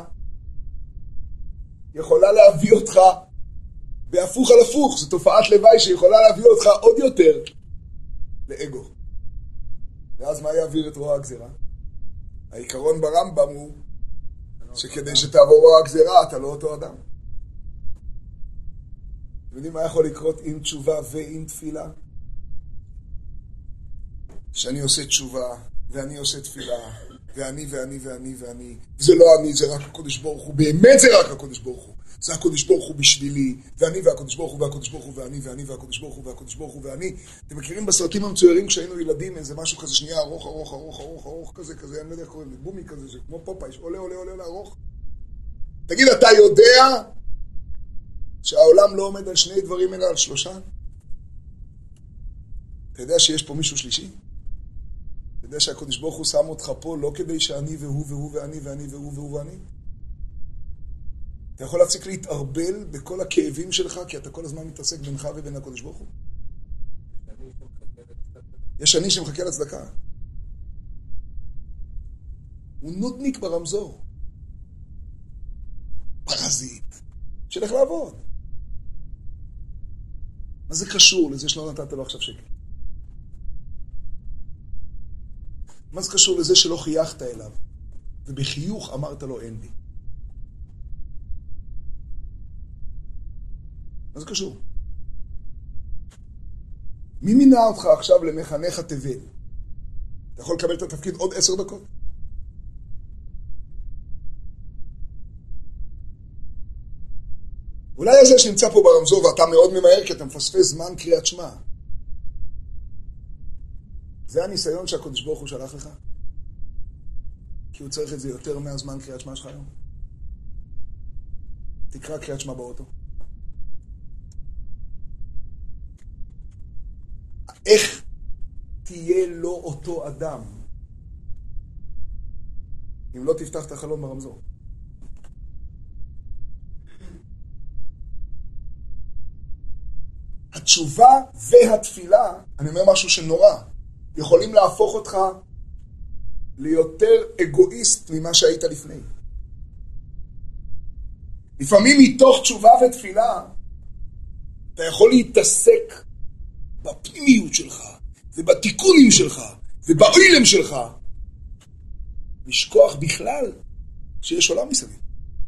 יכולה להביא אותך בהפוך על הפוך. זו תופעת לוואי שיכולה להביא אותך עוד יותר לאגו. ואז מה יעביר את רוע הגזירה? העיקרון ברמב"ם הוא שכדי שתעבור רוע הגזירה אתה לא אותו אדם. אתם יודעים מה יכול לקרות עם תשובה ועם תפילה? שאני עושה תשובה ואני עושה תפילה ואני ואני ואני ואני, זה לא אני, זה רק הקדוש ברוך הוא, באמת זה רק הקדוש ברוך הוא, זה הקדוש ברוך הוא בשבילי, ואני והקדוש ברוך הוא והקדוש ברוך הוא ואני ואני והקדוש ברוך הוא והקדוש ברוך הוא ואני. אתם מכירים בסרטים המצוירים כשהיינו ילדים איזה משהו כזה שנייה ארוך ארוך ארוך ארוך ארוך כזה כזה, אני לא יודע איך קוראים לי, בומי כזה, זה כמו פופאי, עולה עולה עולה ארוך. תגיד, אתה יודע שהעולם לא עומד על שני דברים אלא על שלושה? אתה יודע שיש פה מישהו שלישי? אתה יודע שהקדוש ברוך הוא שם אותך פה לא כדי שאני והוא והוא ואני ואני והוא והוא ואני? אתה יכול להפסיק להתערבל בכל הכאבים שלך כי אתה כל הזמן מתעסק בינך ובין הקדוש ברוך הוא? יש אני שמחכה לצדקה. הוא נודניק ברמזור. פרזיט. שלך לעבוד. מה זה קשור לזה שלא נתת לו עכשיו שקל? מה זה קשור לזה שלא חייכת אליו, ובחיוך אמרת לו אין לי? מה זה קשור? מי מינה אותך עכשיו למחנך התבל? אתה יכול לקבל את התפקיד עוד עשר דקות? אולי הזה שנמצא פה ברמזור ואתה מאוד ממהר כי אתה מפספס זמן קריאת שמע. זה הניסיון שהקדוש ברוך הוא שלח לך? כי הוא צריך את זה יותר מהזמן קריאת שמע שלך היום. תקרא קריאת שמע באוטו. איך תהיה לו אותו אדם אם לא תפתח את החלון ברמזור? התשובה והתפילה, אני אומר משהו שנורא, יכולים להפוך אותך ליותר אגואיסט ממה שהיית לפני. לפעמים מתוך תשובה ותפילה אתה יכול להתעסק בפנימיות שלך ובתיקונים שלך ובאילם שלך, לשכוח בכלל שיש עולם מסביב.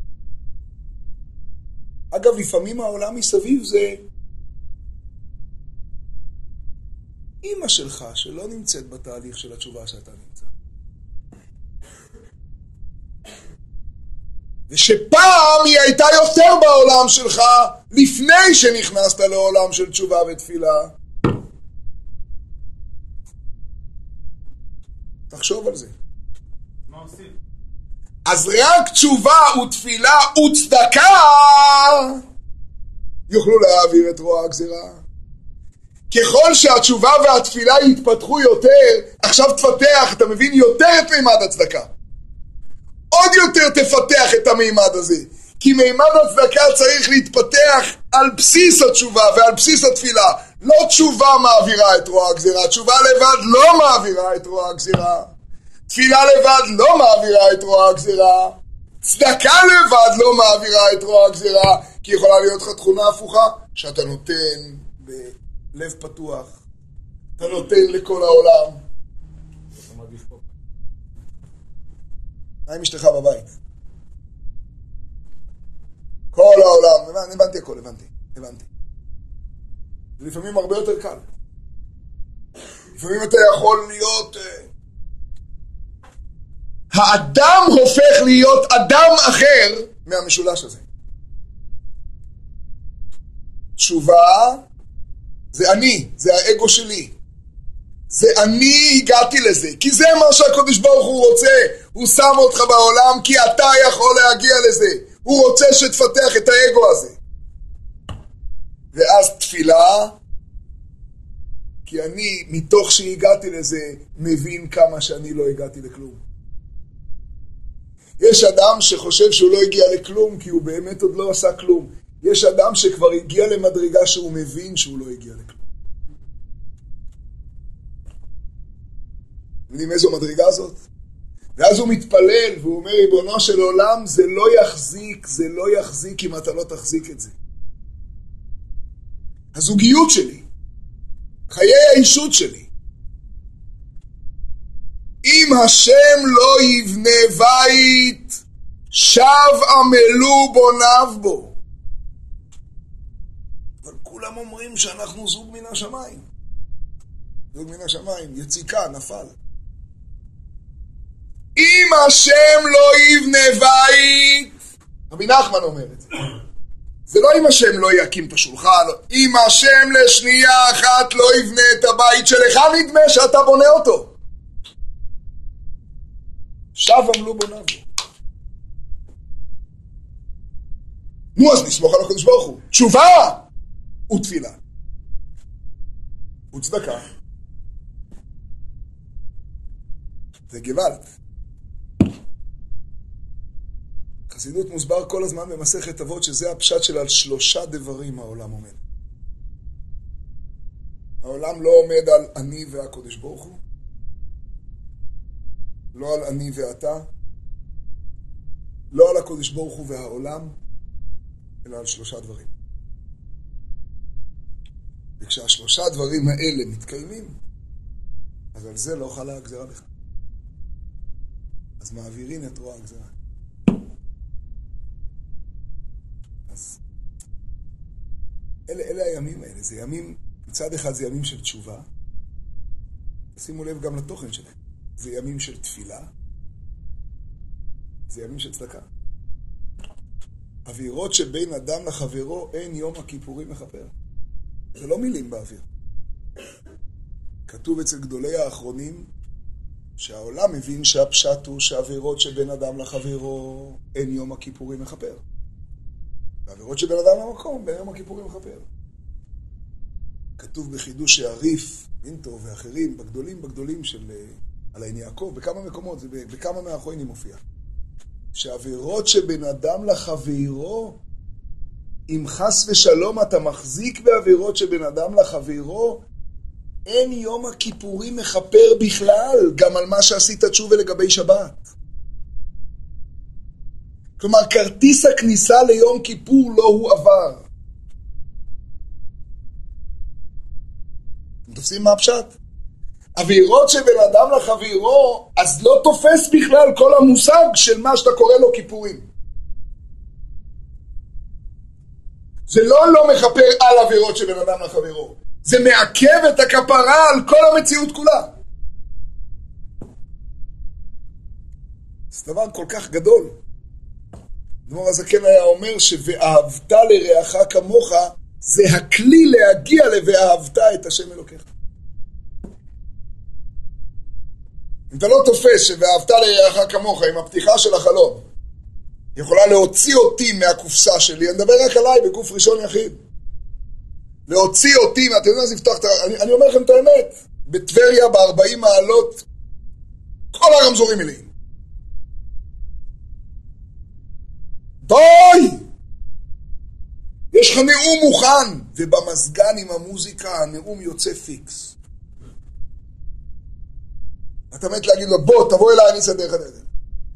אגב, לפעמים העולם מסביב זה אמא שלך שלא נמצאת בתהליך של התשובה שאתה נמצא. ושפעם היא הייתה יותר בעולם שלך לפני שנכנסת לעולם של תשובה ותפילה. תחשוב על זה. מה עושים? אז רק תשובה ותפילה וצדקה יוכלו להעביר את רוע הגזירה. ככל שהתשובה והתפילה יתפתחו יותר, עכשיו תפתח, אתה מבין, יותר את מימד הצדקה. עוד יותר תפתח את המימד הזה. כי מימד הצדקה צריך להתפתח על בסיס התשובה ועל בסיס התפילה. לא תשובה מעבירה את רוע הגזירה, תשובה לבד לא מעבירה את רוע הגזירה. תפילה לבד לא מעבירה את רוע הגזירה. צדקה לבד לא מעבירה את רוע הגזירה, כי יכולה להיות לך תכונה הפוכה, שאתה נותן בלב פתוח, אתה נותן לכל העולם. מה עם אשתך בבית? כל העולם, הבנתי הכל, הבנתי, הבנתי. לפעמים הרבה יותר קל. לפעמים אתה יכול להיות... האדם הופך להיות אדם אחר מהמשולש הזה. תשובה זה אני, זה האגו שלי. זה אני הגעתי לזה, כי זה מה שהקדוש ברוך הוא רוצה. הוא שם אותך בעולם כי אתה יכול להגיע לזה. הוא רוצה שתפתח את האגו הזה. ואז תפילה, כי אני מתוך שהגעתי לזה מבין כמה שאני לא הגעתי לכלום. יש אדם שחושב שהוא לא הגיע לכלום כי הוא באמת עוד לא עשה כלום. יש אדם שכבר הגיע למדרגה שהוא מבין שהוא לא הגיע לכלום. יודעים איזו מדרגה זאת? ואז הוא מתפלל והוא אומר, ריבונו של עולם, זה לא יחזיק, זה לא יחזיק אם אתה לא תחזיק את זה. הזוגיות שלי, חיי האישות שלי, אם השם לא יבנה בית, שב עמלו בוניו בו. אבל כולם אומרים שאנחנו זוג מן השמיים. זוג מן השמיים, יציקה, נפל. אם השם לא יבנה בית, רבי נחמן אומר את זה. זה לא אם השם לא יקים את השולחן, אם השם לשנייה אחת לא יבנה את הבית שלך, נדמה שאתה בונה אותו. שב עמלו בוניו בו. נו, אז נסמוך על הקדוש ברוך הוא. תשובה ותפילה וצדקה זה גוואלד. חסידות מוסבר כל הזמן במסכת אבות שזה הפשט של על שלושה דברים העולם עומד. העולם לא עומד על אני והקדוש ברוך הוא, לא על אני ואתה, לא על הקדוש ברוך הוא והעולם, אלא על שלושה דברים. וכשהשלושה דברים האלה מתקיימים, אז על זה לא חלה הגזרה לך. אז מעבירים את רוע הגזרה. אז אלה, אלה הימים האלה, זה ימים, מצד אחד זה ימים של תשובה, שימו לב גם לתוכן שלהם, זה ימים של תפילה, זה ימים של צדקה. אווירות שבין אדם לחברו אין יום הכיפורים מחפר. זה לא מילים באוויר. כתוב אצל גדולי האחרונים שהעולם מבין שהפשט הוא שהאווירות שבין אדם לחברו אין יום הכיפורים מחפר. בעבירות של בן אדם למקום, ביום הכיפורים מכפר. כתוב בחידוש שהריף, מינטו ואחרים, בגדולים בגדולים של על העין יעקב, בכמה מקומות, זה בכמה מהאחרונים מופיע. שעבירות שבן אדם לחברו, אם חס ושלום אתה מחזיק בעבירות שבן אדם לחברו, אין יום הכיפורים מחפר בכלל, גם על מה שעשית תשובה לגבי שבת. כלומר, כרטיס הכניסה ליום כיפור לא הוא עבר. אתם תופסים מה הפשט? עבירות שבן אדם לחברו, אז לא תופס בכלל כל המושג של מה שאתה קורא לו כיפורים. זה לא לא מחפר על עבירות של בן אדם לחברו. זה מעכב את הכפרה על כל המציאות כולה. זה דבר כל כך גדול. דמור הזקן היה אומר ש"ואהבת לרעך כמוך" זה הכלי להגיע ל"ואהבת את השם אלוקיך". אם אתה לא תופס ש"ואהבת לרעך כמוך" עם הפתיחה של החלום יכולה להוציא אותי מהקופסה שלי, אני מדבר רק עליי בגוף ראשון יחיד. להוציא אותי, אתם יודעים אז לפתוח את ה... אני, אני אומר לכם את האמת, בטבריה ב-ארבעים מעלות, כל הרמזורים מלאים. די! יש לך נאום מוכן, ובמזגן עם המוזיקה הנאום יוצא פיקס. אתה מת להגיד לו, בוא, תבוא אליי, אני אסדר לך את זה.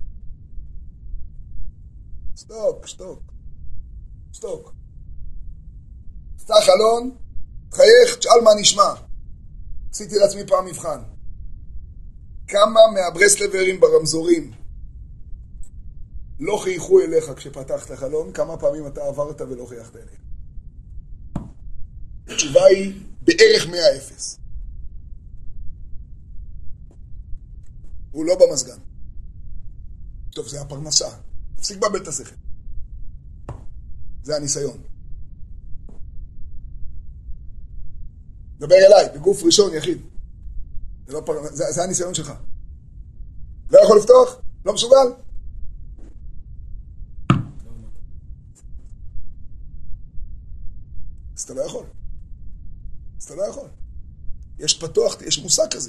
שתוק, שתוק, שתוק. פתח חלון, תחייך, תשאל מה נשמע. עשיתי לעצמי פעם מבחן. כמה מהברסלברים ברמזורים לא חייכו אליך כשפתחת חלון, כמה פעמים אתה עברת ולא חייכת אליך? התשובה היא בערך מאה אפס. הוא לא במזגן. טוב, זה הפרנסה. תפסיק בבל את השכל. זה הניסיון. דבר אליי, בגוף ראשון יחיד. זה, לא פר... זה, זה הניסיון שלך. לא יכול לפתוח? לא מסוגל? אז אתה לא יכול. אז אתה לא יכול. יש פתוח, יש מושג כזה.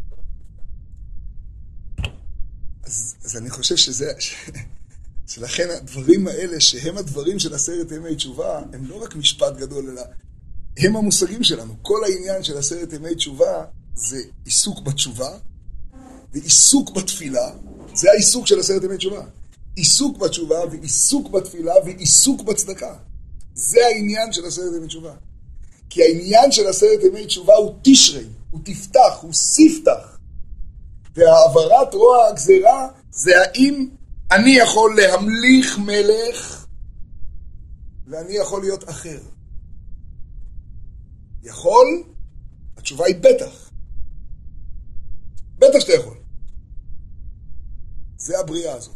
אז, אז אני חושב שזה... ש... שלכן הדברים האלה, שהם הדברים של עשרת ימי תשובה, הם לא רק משפט גדול, אלא הם המושגים שלנו. כל העניין של עשרת ימי תשובה זה עיסוק בתשובה, ועיסוק בתפילה, זה העיסוק של עשרת ימי תשובה. עיסוק בתשובה, ועיסוק בתפילה, ועיסוק בצדקה. זה העניין של עשרת ימי תשובה. כי העניין של עשרת ימי תשובה הוא תשרי, הוא תפתח, הוא ספתח. והעברת רוע הגזרה זה האם אני יכול להמליך מלך, ואני יכול להיות אחר. יכול? התשובה היא בטח. בטח שאתה יכול. זה הבריאה הזאת.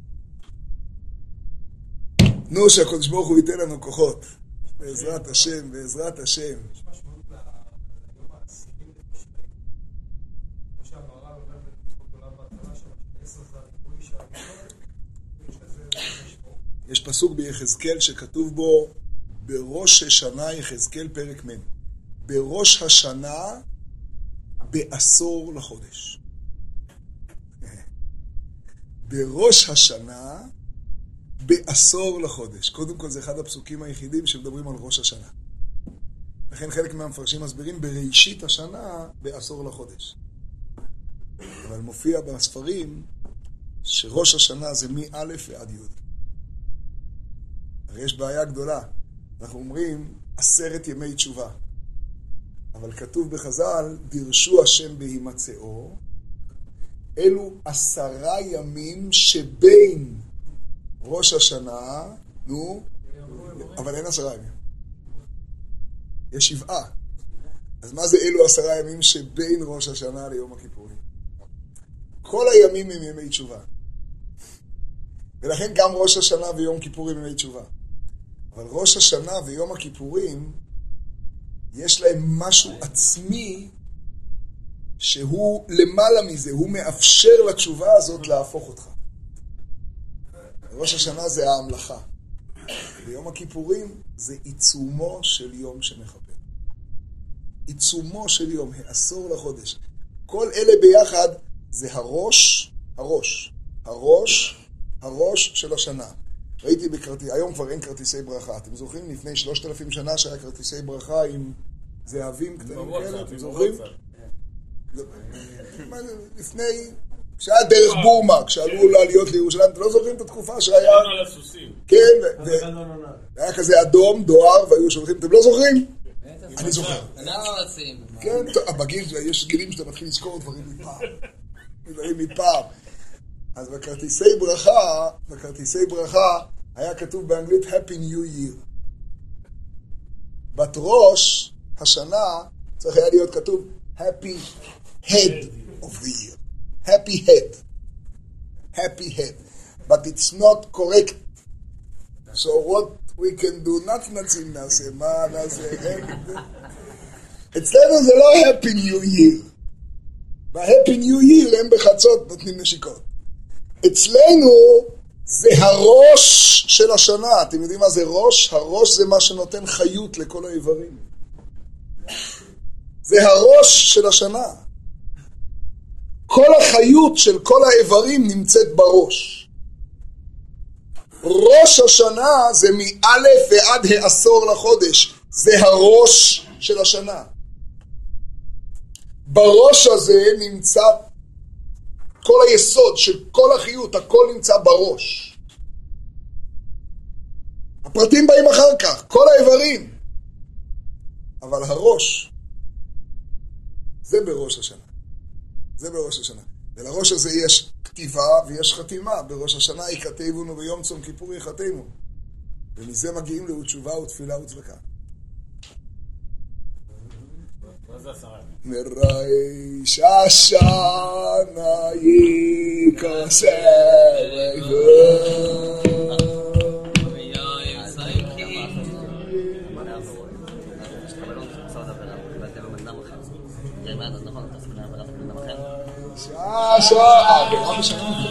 נו, שהקדוש ברוך הוא ייתן לנו כוחות. בעזרת השם, בעזרת השם. יש משמעות ליום העשירים לתשרי. כמו שהמהר"ל אומר בתקופות עולם בהתחלה שם, עשר זה הריבוי שהראשון, יש לזה משמעות. יש פסוק ביחזקאל שכתוב בו, בראש השנה יחזקאל פרק מ'. בראש השנה בעשור לחודש. בראש השנה בעשור לחודש. קודם כל זה אחד הפסוקים היחידים שמדברים על ראש השנה. לכן חלק מהמפרשים מסבירים בראשית השנה בעשור לחודש. אבל מופיע בספרים שראש השנה זה מא' ועד י'. הרי יש בעיה גדולה. אנחנו אומרים עשרת ימי תשובה. אבל כתוב בחז"ל, דרשו השם בהימצאו, אלו עשרה ימים שבין ראש השנה, נו, אבל אין עשרה ימים. יש שבעה. אז מה זה אלו עשרה ימים שבין ראש השנה ליום הכיפורים? כל הימים הם ימי תשובה. ולכן גם ראש השנה ויום כיפורים ימי תשובה. אבל ראש השנה ויום הכיפורים, יש להם משהו עצמי שהוא למעלה מזה, הוא מאפשר לתשובה הזאת להפוך אותך. ראש השנה זה ההמלכה. ויום הכיפורים זה עיצומו של יום שמכפר. עיצומו של יום, העשור לחודש. כל אלה ביחד זה הראש, הראש, הראש, הראש של השנה. ראיתי בכרטיס, היום כבר אין כרטיסי ברכה. אתם זוכרים? לפני שלושת אלפים שנה שהיה כרטיסי ברכה עם זהבים קטנים כאלה, אתם זוכרים? לפני, כשהיה דרך בורמה, כשעלו לעליות לירושלים, אתם לא זוכרים את התקופה שהיה... כן, והיה כזה אדום, דואר, והיו שולחים, אתם לא זוכרים? אני זוכר. כן, בגיל, יש גילים שאתה מתחיל לזכור דברים מפעם. דברים מפעם. אז בכרטיסי ברכה, בכרטיסי ברכה, היה כתוב באנגלית Happy New Year. בת ראש השנה צריך היה להיות כתוב Happy Head of the Year. Happy Head. Happy Head. But it's not correct. So what we can do, not נצים נעשה, מה נעשה? אצלנו זה לא Happy New Year. ב-Happy New Year הם בחצות נותנים נשיקות. אצלנו זה הראש של השנה. אתם יודעים מה זה ראש? הראש זה מה שנותן חיות לכל האיברים. זה הראש של השנה. כל החיות של כל האיברים נמצאת בראש. ראש השנה זה מאלף ועד העשור לחודש. זה הראש של השנה. בראש הזה נמצא כל היסוד של כל החיות, הכל נמצא בראש. הפרטים באים אחר כך, כל האיברים. אבל הראש, זה בראש השנה. זה בראש השנה. ולראש הזה יש כתיבה ויש חתימה. בראש השנה יכתבונו ביום צום כיפור יחתמו. ומזה מגיעים לו תשובה ותפילה וצדקה. מראש השנה ייכסר שעה שעה